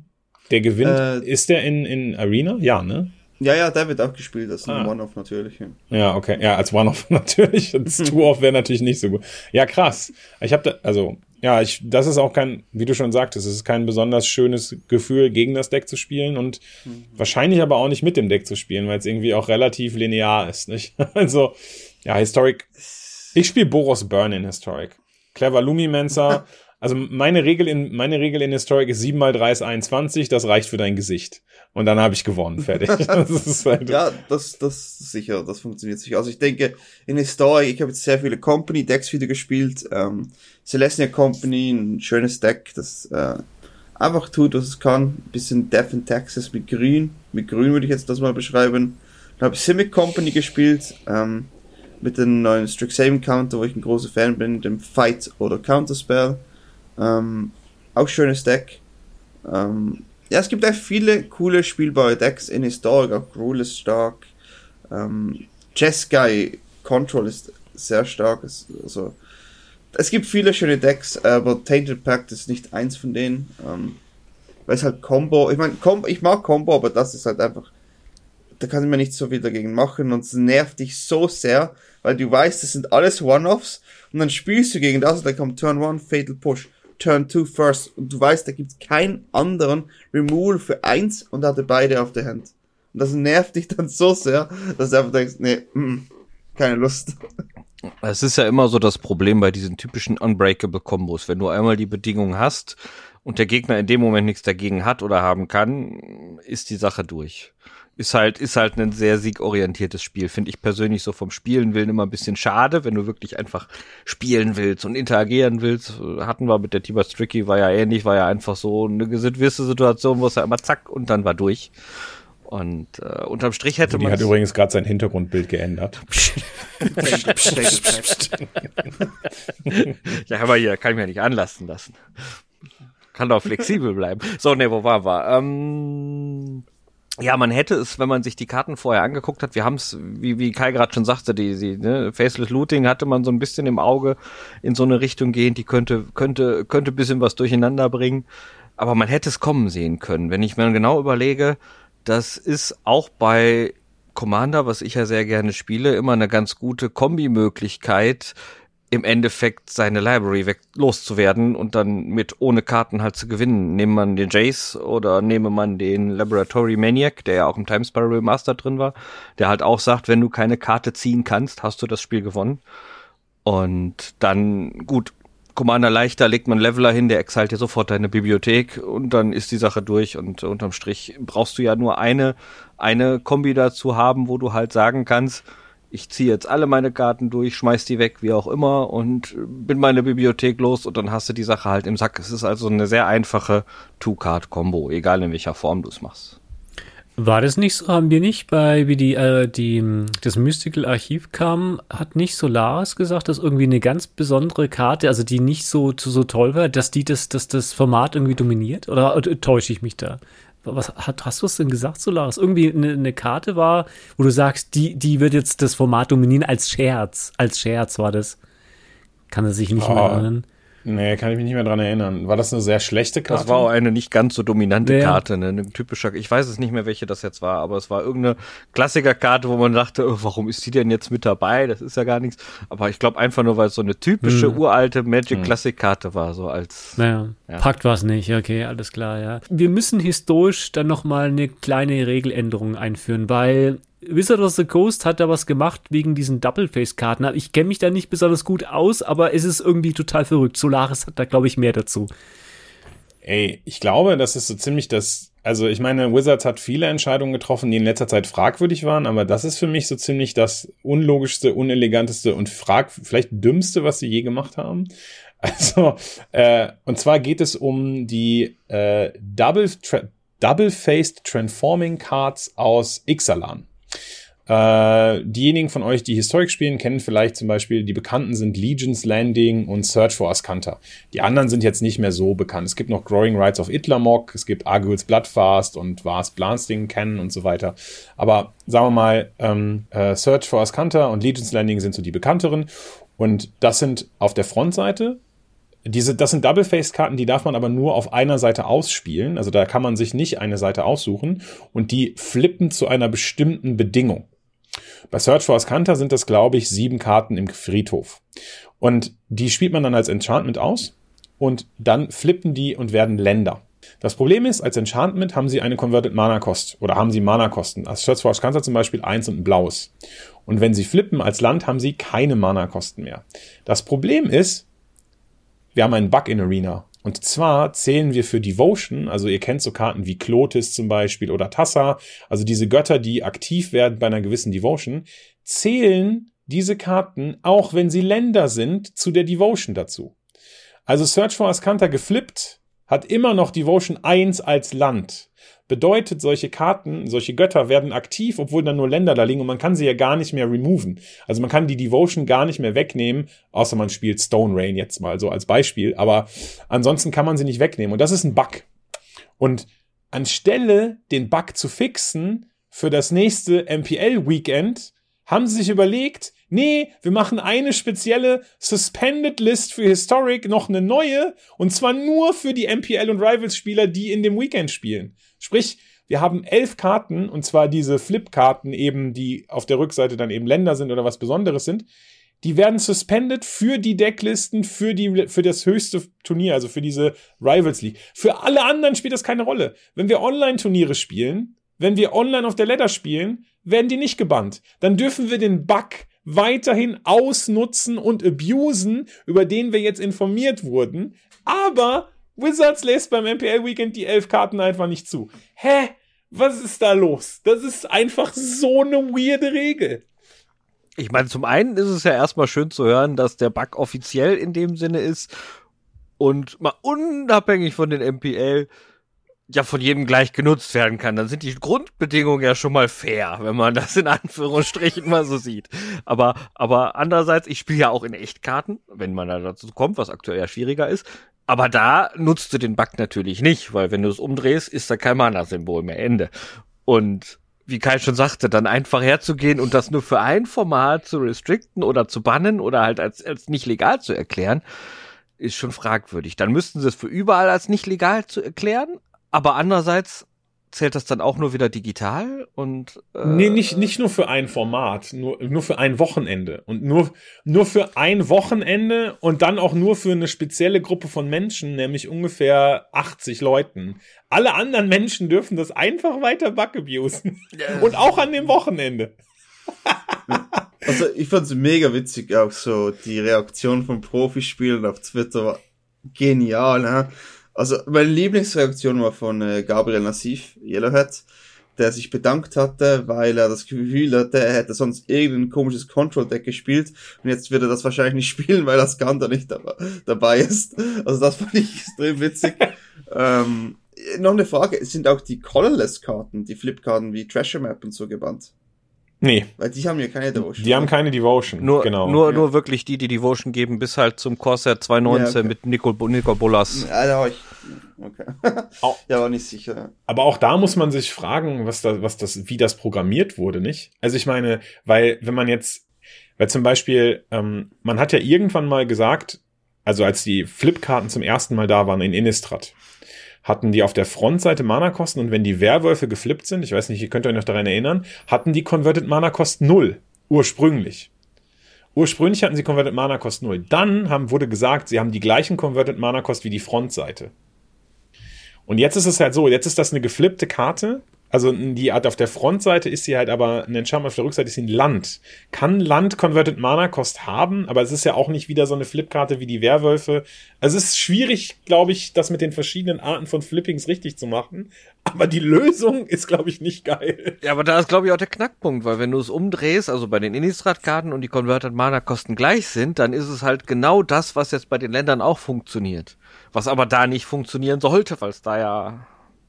Arena? Ja, ne? Ja, der wird auch gespielt, das ist ein One-Off natürlich. Ja, okay. Ja, als One-Off natürlich. Das Two-Off wäre natürlich nicht so gut. Ja, krass. Das ist auch kein, wie du schon sagtest, es ist kein besonders schönes Gefühl, gegen das Deck zu spielen und wahrscheinlich aber auch nicht mit dem Deck zu spielen, weil es irgendwie auch relativ linear ist, nicht? Also, ja, Historic. Ich spiele Boros Burn in Historic. Clever Lumimancer. Also meine Regel in Historic ist 7x3 ist 21, das reicht für dein Gesicht. Und dann habe ich gewonnen, fertig. Das ist halt ja, das sicher, das funktioniert sicher. Also ich denke, in Historic, ich habe jetzt sehr viele Company-Decks wieder gespielt. Celestia Company, ein schönes Deck, das einfach tut, was es kann. Ein bisschen Death in Texas mit Grün. Mit Grün würde ich jetzt das mal beschreiben. Dann habe ich Simic Company gespielt, mit dem neuen Strixhaven Counter, wo ich ein großer Fan bin, dem Fight oder Counterspell. Auch schönes Deck. Ja, es gibt echt viele coole spielbare Decks in Historic, auch Gruul ist stark. Jeskai Control ist sehr stark. Also, es gibt viele schöne Decks, aber Tainted Pact ist nicht eins von denen. Weil es halt Combo, ich mag Combo, aber das ist halt einfach, da kann man nicht so viel dagegen machen und es nervt dich so sehr, weil du weißt, das sind alles One-Offs und dann spielst du gegen das und dann kommt Turn 1 Fatal Push, Turn 2 First und du weißt, da gibt's keinen anderen Removal für 1 und hatte beide auf der Hand. Und das nervt dich dann so sehr, dass du einfach denkst, nee, keine Lust. Es ist ja immer so das Problem bei diesen typischen Unbreakable Combos. Wenn du einmal die Bedingungen hast und der Gegner in dem Moment nichts dagegen hat oder haben kann, ist die Sache durch. Ist halt ein sehr siegorientiertes Spiel. Finde ich persönlich so vom Spielen willen immer ein bisschen schade, wenn du wirklich einfach spielen willst und interagieren willst. Hatten wir mit der T-Bus Tricky, war ja ähnlich, war ja einfach so eine gewisse Situation, wo es ja immer zack und dann war durch. Und unterm Strich hätte man. Die hat übrigens gerade sein Hintergrundbild geändert. Ja, aber hier kann ich mir nicht anlassen lassen. Kann doch flexibel bleiben. So, ne, wo waren wir? Ja, man hätte es, wenn man sich die Karten vorher angeguckt hat, wir haben es, wie Kai gerade schon sagte, die Faceless Looting hatte man so ein bisschen im Auge in so eine Richtung gehen, die könnte ein bisschen was durcheinander bringen, aber man hätte es kommen sehen können. Wenn ich mir genau überlege, das ist auch bei Commander, was ich ja sehr gerne spiele, immer eine ganz gute Kombimöglichkeit, im Endeffekt seine Library loszuwerden und dann ohne Karten halt zu gewinnen. Nehme man den Jace oder nehme man den Laboratory Maniac, der ja auch im Time Spiral Master drin war, der halt auch sagt, wenn du keine Karte ziehen kannst, hast du das Spiel gewonnen. Und dann, gut, Commander leichter, legt man Leveler hin, der exilt dir sofort deine Bibliothek und dann ist die Sache durch und unterm Strich brauchst du ja nur eine Kombi dazu haben, wo du halt sagen kannst, ich ziehe jetzt alle meine Karten durch, schmeiß die weg, wie auch immer und bin meine Bibliothek los und dann hast du die Sache halt im Sack. Es ist also eine sehr einfache Two-Card-Combo, egal in welcher Form du es machst. War das nicht so? Haben wir nicht das Mystical Archiv kam, hat nicht Solaris gesagt, dass irgendwie eine ganz besondere Karte, also die nicht so toll war, dass das Format irgendwie dominiert? Oder täusche ich mich da? Hast du es denn gesagt, Solaris? Irgendwie eine Karte war, wo du sagst, die wird jetzt das Format dominieren als Scherz. Als Scherz war das. Kann er sich nicht mehr erinnern. Nee, kann ich mich nicht mehr dran erinnern. War das eine sehr schlechte Karte? Das war auch eine nicht ganz so dominante Karte, ne? Eine typische, ich weiß es nicht mehr, welche das jetzt war, aber es war irgendeine Klassikerkarte, wo man dachte, oh, warum ist die denn jetzt mit dabei? Das ist ja gar nichts. Aber ich glaube einfach nur, weil es so eine typische uralte Magic Classic Karte war, so als. Naja, packt was nicht, okay, alles klar, ja. Wir müssen historisch dann nochmal eine kleine Regeländerung einführen, weil Wizard of the Coast hat da was gemacht wegen diesen Double-Face-Karten. Ich kenne mich da nicht besonders gut aus, aber es ist irgendwie total verrückt. Solaris hat da, glaube ich, mehr dazu. Ey, ich glaube, das ist so ziemlich also ich meine, Wizards hat viele Entscheidungen getroffen, die in letzter Zeit fragwürdig waren, aber das ist für mich so ziemlich das unlogischste, uneleganteste und vielleicht dümmste, was sie je gemacht haben. Also, und zwar geht es um die Double-Faced Transforming Cards aus Ixalan. Diejenigen von euch, die Historic spielen, kennen vielleicht zum Beispiel, die bekannten sind Legion's Landing und Search for Azcanta. Die anderen sind jetzt nicht mehr so bekannt. Es gibt noch Growing Rights of Itlamok, es gibt Arguel's Bloodfast und Vars Blasting Cannon und so weiter. Aber sagen wir mal, Search for Azcanta und Legion's Landing sind so die bekannteren. Und das sind auf der Frontseite, das sind Double-Faced-Karten, die darf man aber nur auf einer Seite ausspielen. Also da kann man sich nicht eine Seite aussuchen und die flippen zu einer bestimmten Bedingung. Bei Search for Azcanta sind das, glaube ich, 7 Karten im Friedhof. Und die spielt man dann als Enchantment aus und dann flippen die und werden Länder. Das Problem ist, als Enchantment haben sie eine Converted Mana Cost oder haben sie Mana Kosten. Als Search for Azcanta zum Beispiel 1 und ein blaues. Und wenn sie flippen als Land, haben sie keine Mana Kosten mehr. Das Problem ist, wir haben einen Bug in Arena. Und zwar zählen wir für Devotion, also ihr kennt so Karten wie Klotis zum Beispiel oder Tassa, also diese Götter, die aktiv werden bei einer gewissen Devotion, zählen diese Karten, auch wenn sie Länder sind, zu der Devotion dazu. Also Search for Azcanta geflippt hat immer noch Devotion 1 als Land. Bedeutet, solche Karten, solche Götter werden aktiv, obwohl dann nur Länder da liegen und man kann sie ja gar nicht mehr removen. Also man kann die Devotion gar nicht mehr wegnehmen, außer man spielt Stone Rain jetzt mal so als Beispiel. Aber ansonsten kann man sie nicht wegnehmen und das ist ein Bug. Und anstelle den Bug zu fixen für das nächste MPL-Weekend, haben sie sich überlegt, nee, wir machen eine spezielle Suspended List für Historic, noch eine neue, und zwar nur für die MPL- und Rivals-Spieler, die in dem Weekend spielen. Sprich, wir haben 11 Karten, und zwar diese Flip-Karten eben, die auf der Rückseite dann eben Länder sind oder was Besonderes sind, die werden suspended für die Decklisten, für das höchste Turnier, also für diese Rivals League. Für alle anderen spielt das keine Rolle. Wenn wir Online-Turniere spielen, wenn wir online auf der Ladder spielen, werden die nicht gebannt. Dann dürfen wir den Bug weiterhin ausnutzen und abusen, über den wir jetzt informiert wurden. Aber Wizards lässt beim MPL-Weekend die 11 Karten einfach nicht zu. Hä? Was ist da los? Das ist einfach so eine weirde Regel. Ich meine, zum einen ist es ja erstmal schön zu hören, dass der Bug offiziell in dem Sinne ist und mal unabhängig von den MPL ja von jedem gleich genutzt werden kann. Dann sind die Grundbedingungen ja schon mal fair, wenn man das in Anführungsstrichen mal so sieht. Aber andererseits, ich spiele ja auch in Echtkarten, wenn man da dazu kommt, was aktuell ja schwieriger ist. Aber da nutzt du den Bug natürlich nicht, weil wenn du es umdrehst, ist da kein Mana-Symbol mehr, Ende. Und wie Kai schon sagte, dann einfach herzugehen und das nur für ein Format zu restricten oder zu bannen oder halt als nicht legal zu erklären, ist schon fragwürdig. Dann müssten sie es für überall als nicht legal zu erklären, aber andererseits zählt das dann auch nur wieder digital und nee, nicht nur für ein Format, nur für ein Wochenende und nur für ein Wochenende und dann auch nur für eine spezielle Gruppe von Menschen, nämlich ungefähr 80 Leuten. Alle anderen Menschen dürfen das einfach weiter bug-abusen. Und auch an dem Wochenende. Also ich fand's mega witzig, auch so die Reaktion von Profispielern auf Twitter war genial, ne? Also meine Lieblingsreaktion war von Gabriel Nassif, Yellowhead, der sich bedankt hatte, weil er das Gefühl hatte, er hätte sonst irgendein komisches Control-Deck gespielt und jetzt wird er das wahrscheinlich nicht spielen, weil das Ganter nicht dabei ist. Also das fand ich extrem witzig. Noch eine Frage, sind auch die Colorless-Karten, die Flip-Karten wie Treasure Map und so gebannt? Nee. Weil die haben ja keine Devotion. Die haben keine Devotion, genau. Nur wirklich die Devotion geben, bis halt zum Corsair 219 ja, okay. mit Nicol Bolas. Okay. Ja, war nicht sicher. Aber auch da muss man sich fragen, wie das programmiert wurde, nicht? Also ich meine, weil zum Beispiel, man hat ja irgendwann mal gesagt, also als die Flipkarten zum ersten Mal da waren in Innistrad, hatten die auf der Frontseite Mana-Kosten und wenn die Werwölfe geflippt sind, ich weiß nicht, ihr könnt euch noch daran erinnern, hatten die Converted Mana-Kost 0, ursprünglich. Ursprünglich hatten sie Converted Mana-Kost 0. Dann wurde gesagt, sie haben die gleichen Converted Mana-Kost wie die Frontseite. Und jetzt ist es halt so, jetzt ist das eine geflippte Karte. Also die Art auf der Frontseite ist sie halt aber ein Enchantment, auf der Rückseite ist sie ein Land. Kann Land Converted Mana Cost haben, aber es ist ja auch nicht wieder so eine Flipkarte wie die Werwölfe. Also es ist schwierig, glaube ich, das mit den verschiedenen Arten von Flippings richtig zu machen. Aber die Lösung ist, glaube ich, nicht geil. Ja, aber da ist, glaube ich, auch der Knackpunkt, weil wenn du es umdrehst, also bei den Innistrad-Karten und die Converted Mana Kosten gleich sind, dann ist es halt genau das, was jetzt bei den Ländern auch funktioniert. Was aber da nicht funktionieren sollte, weil es da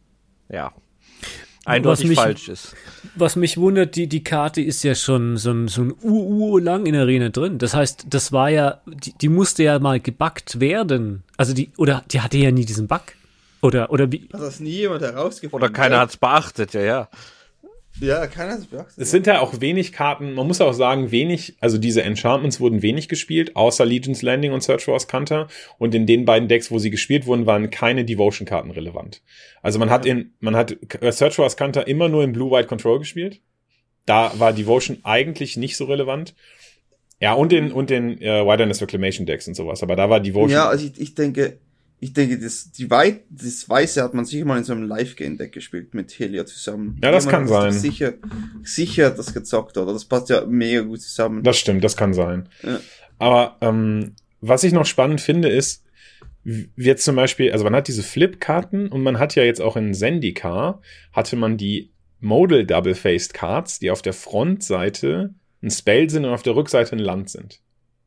ja eindeutig falsch ist. Was mich wundert, die Karte ist ja schon so ein lang in der Arena drin. Das heißt, das war ja, die musste ja mal gebuggt werden. Also die hatte ja nie diesen Bug. Oder wie? Hat das nie jemand herausgefunden? Oder keiner hat's beachtet, ja. Ja, keiner hat es beachtet. Es sind ja auch wenig Karten, man muss auch sagen, also diese Enchantments wurden wenig gespielt, außer Legion's Landing und Search for Azcanta. Und in den beiden Decks, wo sie gespielt wurden, waren keine Devotion-Karten relevant. Also man hat Search for Azcanta immer nur in Blue-White Control gespielt. Da war Devotion eigentlich nicht so relevant. Ja, und in Wilderness Reclamation Decks und sowas. Aber da war Devotion. Ja, also ich denke, das Weiße hat man sicher mal in so einem Live-Game-Deck gespielt mit Helia zusammen. Ja, das kann sein. Sicher das gezockt, oder? Das passt ja mega gut zusammen. Das stimmt, das kann sein. Ja. Aber was ich noch spannend finde, ist, jetzt zum Beispiel, also man hat diese Flip-Karten und man hat ja jetzt auch in Zendikar, hatte man die Modal Double-Faced Cards, die auf der Frontseite ein Spell sind und auf der Rückseite ein Land sind.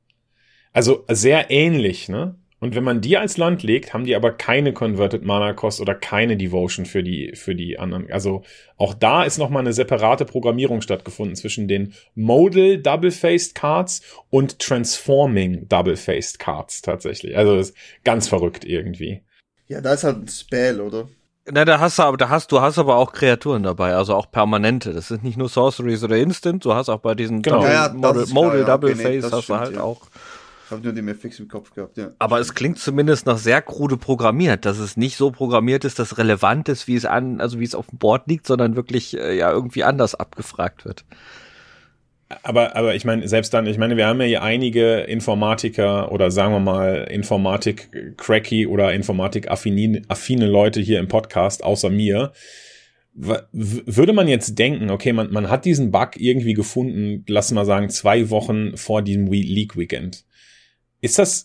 Also sehr ähnlich, ne? Und wenn man die als Land legt, haben die aber keine Converted Mana Cost oder keine Devotion für die anderen. Also auch da ist nochmal eine separate Programmierung stattgefunden zwischen den Modal Double-Faced Cards und Transforming Double-Faced Cards tatsächlich. Also das ist ganz verrückt irgendwie. Ja, da ist halt ein Spell, oder? Na, du hast aber auch Kreaturen dabei, also auch permanente. Das sind nicht nur Sorceries oder Instant, du hast auch bei diesen Modal Double-Faced hast du halt auch. Ich habe nur die mehr fix im Kopf gehabt, ja. Aber es klingt zumindest noch sehr krude programmiert, dass es nicht so programmiert ist, dass relevant ist, wie es auf dem Board liegt, sondern wirklich irgendwie anders abgefragt wird. Aber ich meine, wir haben ja hier einige Informatiker oder sagen wir mal Informatik-Cracky oder Informatik-affine Leute hier im Podcast, außer mir. Würde man jetzt denken, okay, man hat diesen Bug irgendwie gefunden, lass mal sagen, 2 Wochen vor diesem League-Weekend. Ist das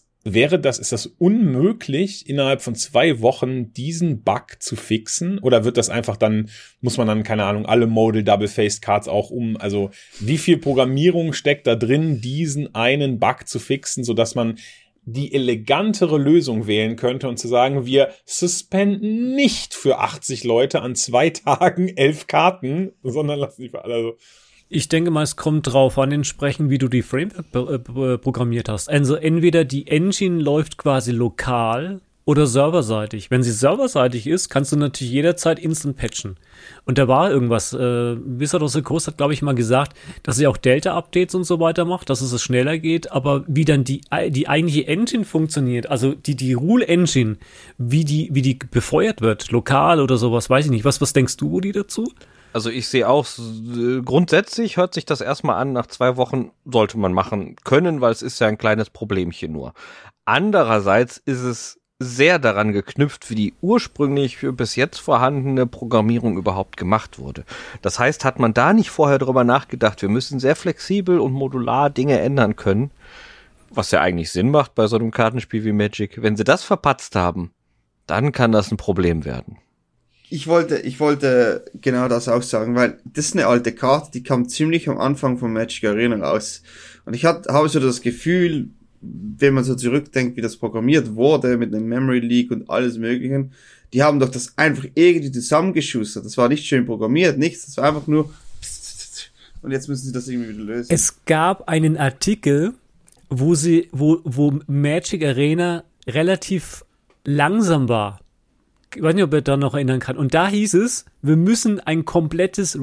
unmöglich, innerhalb von 2 Wochen diesen Bug zu fixen? Oder wird das einfach muss man dann, keine Ahnung, alle Modal Double-Faced Cards auch also wie viel Programmierung steckt da drin, diesen einen Bug zu fixen, sodass man die elegantere Lösung wählen könnte und zu sagen, wir suspenden nicht für 80 Leute an 2 Tagen 11 Karten, sondern lassen die für alle so. Ich denke mal, es kommt drauf an, entsprechend, wie du die Framework programmiert hast. Also entweder die Engine läuft quasi lokal oder serverseitig. Wenn sie serverseitig ist, kannst du natürlich jederzeit instant patchen. Und da war irgendwas, Wizard of the Coast hat, glaube ich, mal gesagt, dass sie auch Delta-Updates und so weiter macht, dass es schneller geht, aber wie dann die eigentliche Engine funktioniert, also die Rule-Engine, wie die befeuert wird, lokal oder sowas, weiß ich nicht. Was denkst du, Udi, dazu? Also ich sehe auch, grundsätzlich hört sich das erstmal an, nach 2 Wochen sollte man machen können, weil es ist ja ein kleines Problemchen nur. Andererseits ist es sehr daran geknüpft, wie die ursprünglich bis jetzt vorhandene Programmierung überhaupt gemacht wurde. Das heißt, hat man da nicht vorher drüber nachgedacht, wir müssen sehr flexibel und modular Dinge ändern können, was ja eigentlich Sinn macht bei so einem Kartenspiel wie Magic. Wenn sie das verpatzt haben, dann kann das ein Problem werden. Ich wollte genau das auch sagen, weil das ist eine alte Karte, die kam ziemlich am Anfang von Magic Arena raus. Und ich habe so das Gefühl, wenn man so zurückdenkt, wie das programmiert wurde, mit einem Memory Leak und alles Möglichen, die haben doch das einfach irgendwie zusammengeschustert. Das war nicht schön programmiert, nichts, das war einfach nur und jetzt müssen sie das irgendwie wieder lösen. Es gab einen Artikel, wo Magic Arena relativ langsam war. Ich weiß nicht, ob er da noch erinnern kann. Und da hieß es, wir müssen ein komplettes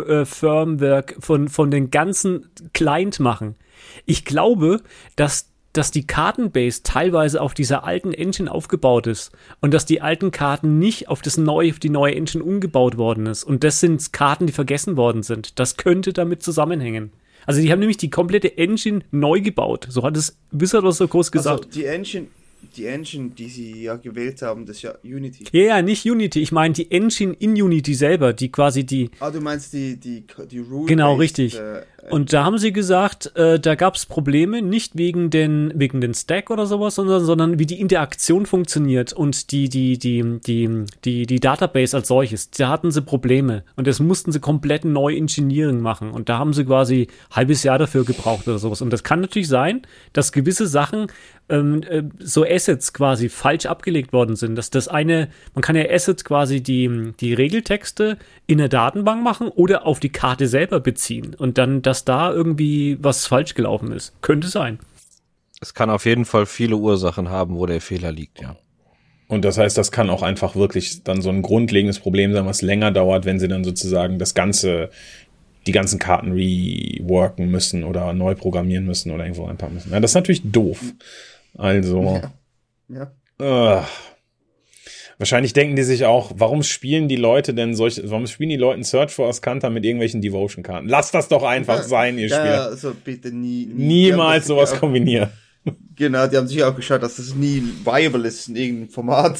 Refirmwork von den ganzen Client machen. Ich glaube, dass dass die Kartenbase teilweise auf dieser alten Engine aufgebaut ist und dass die alten Karten nicht auf die neue Engine umgebaut worden ist. Und das sind Karten, die vergessen worden sind. Das könnte damit zusammenhängen. Also die haben nämlich die komplette Engine neu gebaut. So hat es Wizard of the Coast gesagt. Also die Engine, die sie ja gewählt haben, das ist ja Unity. Ja, nicht Unity. Ich meine die Engine in Unity selber, die quasi die... Du meinst die Rule. Genau, richtig. Und da haben sie gesagt, da gab es Probleme, nicht wegen den Stack oder sowas, sondern wie die Interaktion funktioniert und die Database als solches. Da hatten sie Probleme und das mussten sie komplett neu Engineering machen. Und da haben sie quasi ein halbes Jahr dafür gebraucht oder sowas. Und das kann natürlich sein, dass gewisse Sachen so Assets quasi falsch abgelegt worden sind, dass man kann ja Assets quasi die Regeltexte in der Datenbank machen oder auf die Karte selber beziehen und dann, dass da irgendwie was falsch gelaufen ist. Könnte sein. Es kann auf jeden Fall viele Ursachen haben, wo der Fehler liegt, ja. Und das heißt, das kann auch einfach wirklich dann so ein grundlegendes Problem sein, was länger dauert, wenn sie dann sozusagen die ganzen Karten reworken müssen oder neu programmieren müssen oder irgendwo reinpacken müssen. Ja, das ist natürlich doof. Also, wahrscheinlich denken die sich auch, warum spielen die Leute Search for Azcanta mit irgendwelchen Devotion-Karten? Lasst das doch einfach sein, ihr Spieler. Ja, also bitte niemals sowas kombinieren. Genau, die haben sich auch geschaut, dass das nie viable ist in irgendeinem Format.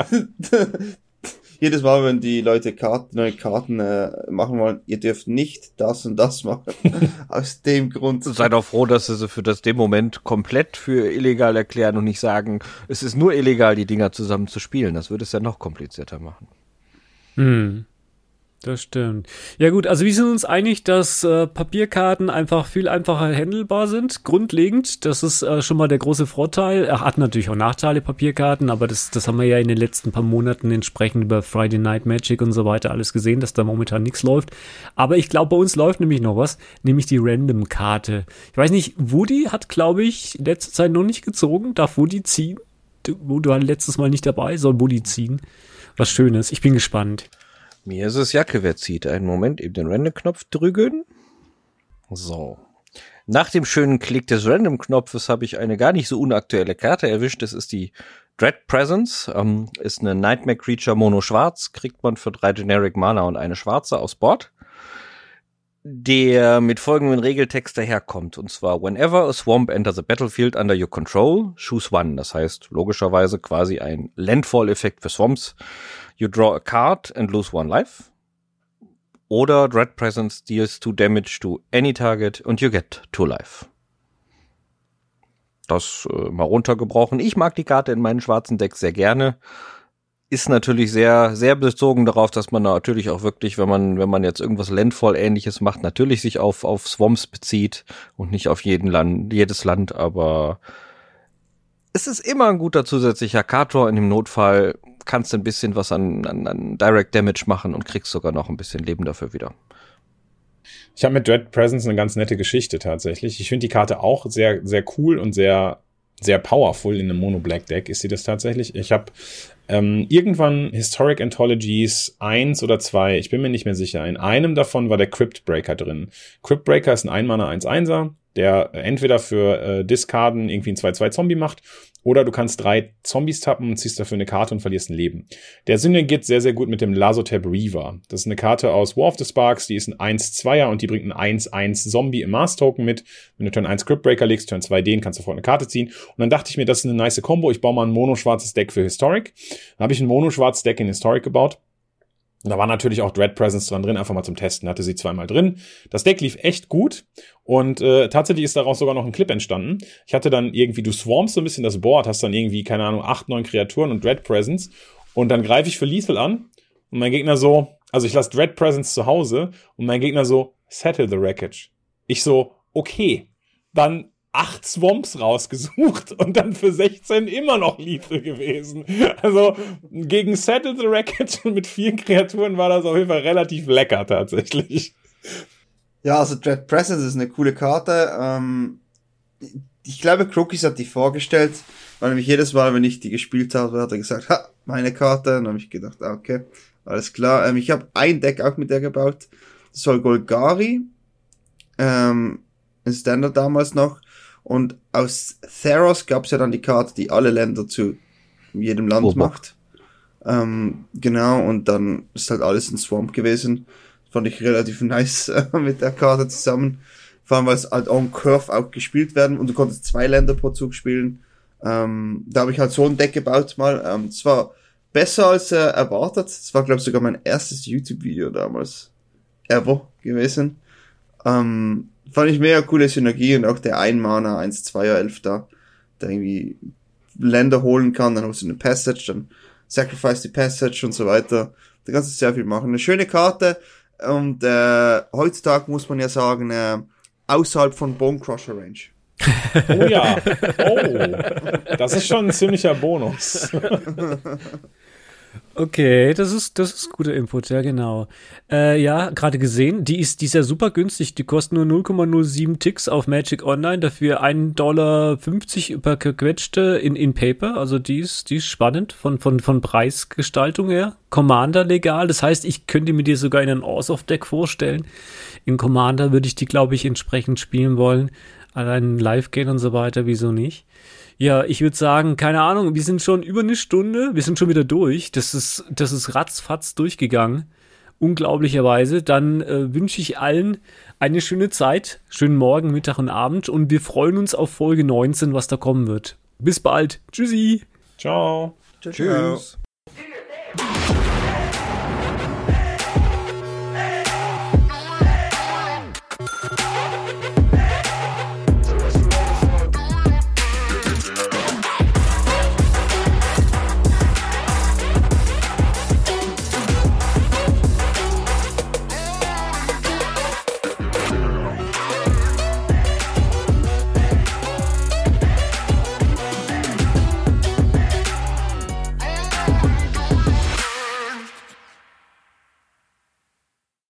Jedes Mal, wenn die Leute neue Karten machen wollen, ihr dürft nicht das und das machen. Aus dem Grund. Seid auch froh, dass sie für dem Moment komplett für illegal erklären und nicht sagen, es ist nur illegal, die Dinger zusammen zu spielen. Das würde es ja noch komplizierter machen. Das stimmt. Ja gut, also wir sind uns einig, dass Papierkarten einfach viel einfacher handelbar sind, grundlegend. Das ist schon mal der große Vorteil. Er hat natürlich auch Nachteile, Papierkarten, aber das haben wir ja in den letzten paar Monaten entsprechend über Friday Night Magic und so weiter alles gesehen, dass da momentan nichts läuft. Aber ich glaube, bei uns läuft nämlich noch was, nämlich die Random-Karte. Ich weiß nicht, Woody hat, glaube ich, in letzter Zeit noch nicht gezogen. Darf Woody ziehen? Du warst letztes Mal nicht dabei, soll Woody ziehen. Was Schönes. Ich bin gespannt. Mir ist es Jacke, wer zieht. Einen Moment, eben den Random-Knopf drücken. So. Nach dem schönen Klick des Random-Knopfes habe ich eine gar nicht so unaktuelle Karte erwischt. Das ist die Dread Presence. Ist eine Nightmare Creature Mono-Schwarz. Kriegt man für 3 Generic Mana und eine schwarze aus Board. Der mit folgendem Regeltext daherkommt. Und zwar, whenever a swamp enters the battlefield under your control, choose one. Das heißt, logischerweise quasi ein Landfall-Effekt für Swamps. You draw a card and lose 1 life. Oder Dread Presence deals 2 damage to any target and you get 2 life. Das mal runtergebrochen. Ich mag die Karte in meinen schwarzen Decks sehr gerne. Ist natürlich sehr, sehr bezogen darauf, dass man natürlich auch wirklich, wenn man jetzt irgendwas Landfall-ähnliches macht, natürlich sich auf Swamps bezieht und nicht auf jedes Land, aber es ist immer ein guter zusätzlicher Card-Draw. In dem Notfall kannst du ein bisschen was an Direct Damage machen und kriegst sogar noch ein bisschen Leben dafür wieder. Ich habe mit Dread Presence eine ganz nette Geschichte tatsächlich. Ich finde die Karte auch sehr, sehr cool und sehr, sehr powerful. In einem Mono-Black-Deck ist sie das tatsächlich. Ich habe irgendwann Historic Anthologies 1 oder 2, ich bin mir nicht mehr sicher. In einem davon war der Cryptbreaker drin. Cryptbreaker ist ein 1-Mana 1-1er, der entweder für Discarden irgendwie einen 2-2-Zombie macht, oder du kannst 3 Zombies tappen und ziehst dafür eine Karte und verlierst ein Leben. Der synergiert sehr, sehr gut mit dem Lazotep Reaver. Das ist eine Karte aus War of the Sparks, die ist ein 1-2er und die bringt einen 1-1 Zombie im Mars-Token mit. Wenn du Turn 1 Cryptbreaker legst, Turn 2 den, kannst du sofort eine Karte ziehen. Und dann dachte ich mir, das ist eine nice Combo. Ich baue mal ein mono-schwarzes Deck für Historic. Dann habe ich ein mono-schwarzes Deck in Historic gebaut. Und da war natürlich auch Dread Presence drin, einfach mal zum Testen. Hatte sie 2-mal drin. Das Deck lief echt gut. Und tatsächlich ist daraus sogar noch ein Clip entstanden. Ich hatte dann irgendwie, du swarmst so ein bisschen das Board, hast dann irgendwie, keine Ahnung, 8, 9 Kreaturen und Dread Presence. Und dann greife ich für Lethal an. Und mein Gegner so, also ich lasse Dread Presence zu Hause. Und mein Gegner so, settle the wreckage. Ich so, okay. Dann 8 Swamps rausgesucht und dann für 16 immer noch Lethal gewesen. Also gegen Settle the Wreckage mit 4 Kreaturen war das auf jeden Fall relativ lecker tatsächlich. Ja, also Dread Presence ist eine coole Karte. Ich glaube, Crookies hat die vorgestellt, weil nämlich jedes Mal, wenn ich die gespielt habe, hat er gesagt, ha, meine Karte. Und dann habe ich gedacht, okay, alles klar. Ich habe ein Deck auch mit der gebaut. Das war Golgari. Ein Standard damals noch. Und aus Theros gab es ja dann die Karte, die alle Länder zu jedem Land macht. Genau, und dann ist halt alles ein Swamp gewesen. Fand ich relativ nice mit der Karte zusammen. Vor allem, weil es halt on Curve auch gespielt werden und du konntest 2 Länder pro Zug spielen. Da habe ich halt so ein Deck gebaut mal. Das war besser als erwartet. Das war, glaube ich, sogar mein erstes YouTube-Video damals ever gewesen. Fand ich mega coole Synergie und auch der 1-Mana 1-2er Elf da, der irgendwie Länder holen kann, dann holst du eine Passage, dann sacrifice die Passage und so weiter. Da kannst du sehr viel machen. Eine schöne Karte und heutzutage muss man ja sagen, außerhalb von Bone Crusher Range. Oh ja, oh, das ist schon ein ziemlicher Bonus. Okay, das ist guter Input, ja genau. Ja, gerade gesehen, die ist ja super günstig, die kosten nur 0,07 Ticks auf Magic Online, dafür $1,50 per gequetschte in Paper, also die ist spannend von Preisgestaltung her. Commander legal, das heißt, ich könnte mir die sogar in ein Orzhov-Deck vorstellen. In Commander würde ich die, glaube ich, entsprechend spielen wollen. Allein live gehen und so weiter, wieso nicht? Ja, ich würde sagen, keine Ahnung, wir sind schon über eine Stunde, wir sind schon wieder durch. Das ist ratzfatz durchgegangen. Unglaublicherweise. Dann wünsche ich allen eine schöne Zeit, schönen Morgen, Mittag und Abend und wir freuen uns auf Folge 19, was da kommen wird. Bis bald. Tschüssi. Ciao. Tschüss.